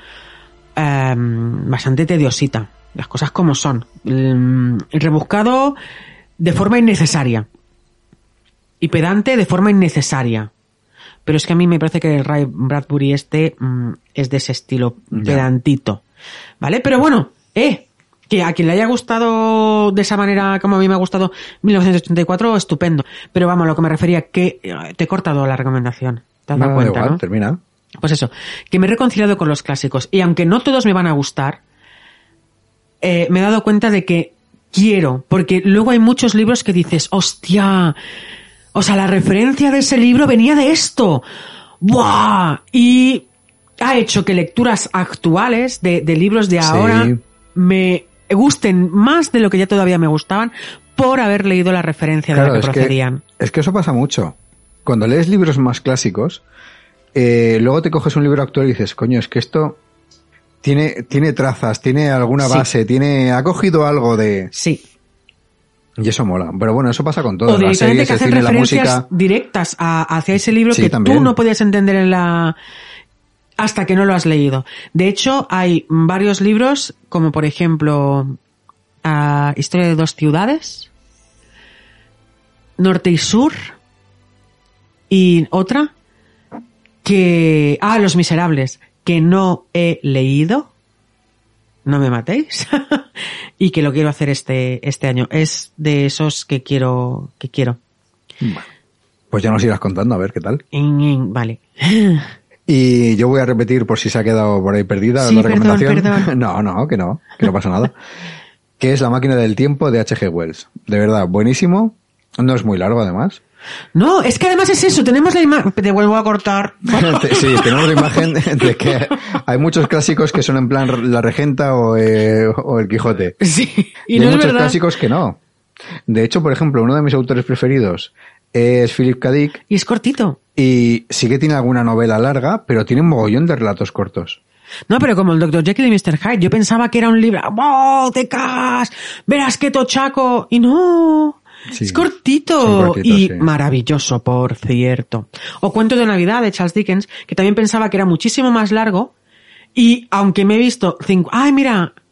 bastante tediosita. Las cosas como son. Rebuscado de forma innecesaria. Y pedante de forma innecesaria. Pero es que a mí me parece que el Ray Bradbury es de ese estilo pedantito. ¿Vale? Pero bueno, que a quien le haya gustado de esa manera como a mí me ha gustado 1984, estupendo. Pero vamos, a lo que me refería, que te he cortado la recomendación. ¿Te has dado cuenta, igual, no? Termina. Pues eso, que me he reconciliado con los clásicos. Y aunque no todos me van a gustar, me he dado cuenta de que quiero. Porque luego hay muchos libros que dices, hostia, o sea, la referencia de ese libro venía de esto. ¡Buah! Y ha hecho que lecturas actuales de libros de ahora me gusten más de lo que ya todavía me gustaban por haber leído la referencia de la que procedían. Es que eso pasa mucho. Cuando lees libros más clásicos, luego te coges un libro actual y dices, coño, es que esto tiene trazas, tiene alguna base, ha cogido algo de... Sí. Y eso mola. Pero bueno, eso pasa con todo. O directamente que hacen referencias directas hacia ese libro que también tú no podías entender hasta que no lo has leído. De hecho, hay varios libros, como por ejemplo, Historia de dos ciudades, Norte y Sur, y otra que... Los Miserables, que no he leído, no me matéis, y que lo quiero hacer este año. Es de esos que quiero. Bueno, pues ya nos irás contando, a ver qué tal. Vale. Y yo voy a repetir por si se ha quedado por ahí perdida la recomendación. Perdón. No, que no pasa nada. Que es La máquina del tiempo de H.G. Wells. De verdad, buenísimo. No es muy largo, además. No, es que además es eso. Tenemos la imagen... Te vuelvo a cortar. Sí, tenemos la imagen de que hay muchos clásicos que son en plan La Regenta o El Quijote. Sí, y no hay muchos clásicos que no. De hecho, por ejemplo, uno de mis autores preferidos es Philip K. Dick. Y es cortito. Y sí que tiene alguna novela larga, pero tiene un mogollón de relatos cortos. No, pero como el Dr. Jekyll y Mr. Hyde, yo pensaba que era un libro, ¡wow! ¡Te cagas! ¡Verás qué tochaco! Y no, sí, es cortito y maravilloso, por cierto. O Cuento de Navidad de Charles Dickens, que también pensaba que era muchísimo más largo, y aunque me he visto ¡ay, mira!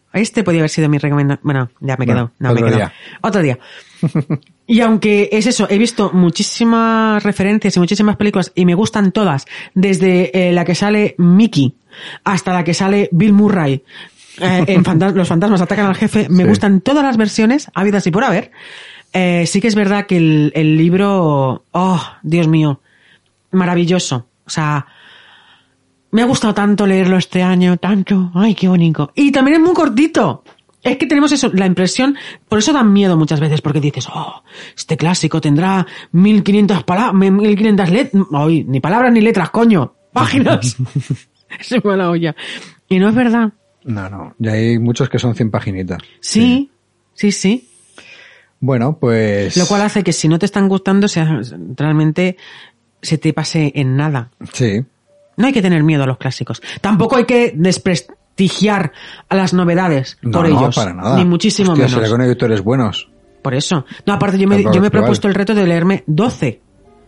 Este podría haber sido mi recomendación. Bueno, ya me quedo. No, me quedo. Otro día. Y aunque es eso, he visto muchísimas referencias y muchísimas películas y me gustan todas, desde la que sale Mickey hasta la que sale Bill Murray en Los fantasmas atacan al jefe, me gustan todas las versiones, habidas y por haber. Sí que es verdad que el libro, oh, Dios mío, maravilloso. O sea, me ha gustado tanto leerlo este año, tanto. Ay, qué bonito. Y también es muy cortito. Es que tenemos eso, la impresión, por eso dan miedo muchas veces, porque dices, oh, este clásico tendrá 1500 letras, ay, ni palabras ni letras, coño, páginas. Se me va la olla. Y no es verdad. No, ya hay muchos que son 100 paginitas. Sí. Bueno, pues... Lo cual hace que si no te están gustando, realmente se te pase en nada. Sí. No hay que tener miedo a los clásicos. Tampoco hay que desprestigiar a las novedades por ellos. No, para nada. Ni muchísimo menos. Será con editores buenos. Por eso. No, aparte yo me he propuesto el reto de leerme 12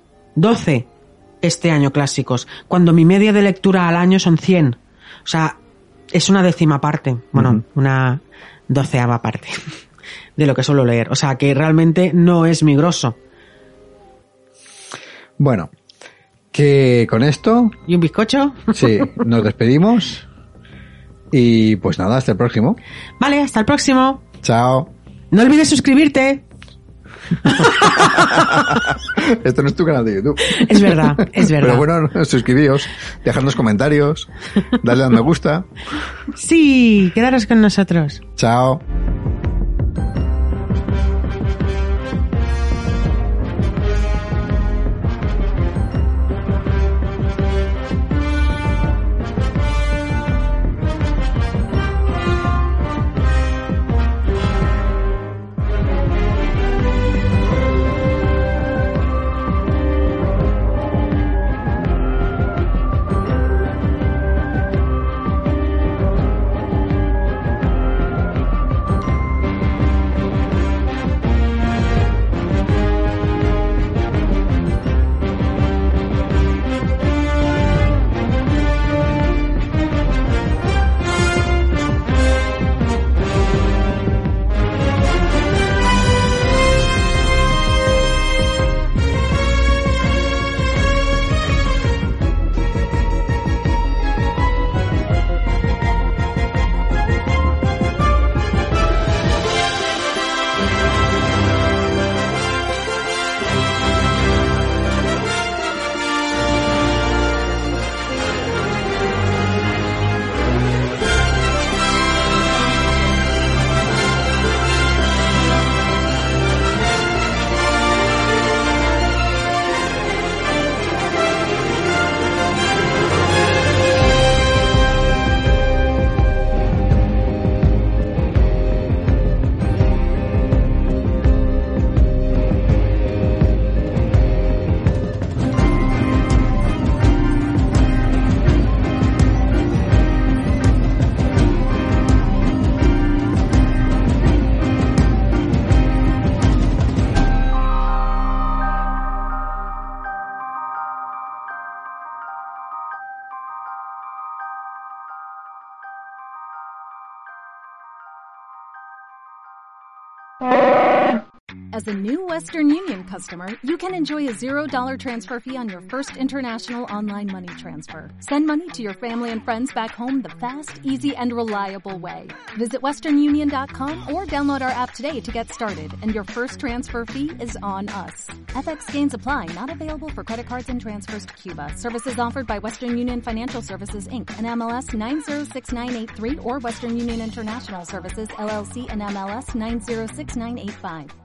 este año clásicos, cuando mi media de lectura al año son 100. O sea, es una 10ª parte. Bueno, una 12ª parte de lo que suelo leer. O sea, que realmente no es mi grosso. Bueno, que con esto... ¿Y un bizcocho? Sí, nos despedimos. Y pues nada, hasta el próximo. Vale, hasta el próximo. Chao. No olvides suscribirte. Esto no es tu canal de YouTube. Es verdad. Pero bueno, suscribíos, dejadnos comentarios, dadle a me gusta. Sí, quedaros con nosotros. Chao. As a new Western Union customer, you can enjoy a $0 transfer fee on your first international online money transfer. Send money to your family and friends back home the fast, easy, and reliable way. Visit westernunion.com or download our app today to get started, and your first transfer fee is on us. FX gains apply, not available for credit cards and transfers to Cuba. Services offered by Western Union Financial Services, Inc., and MLS 906983, or Western Union International Services, LLC, and MLS 906985.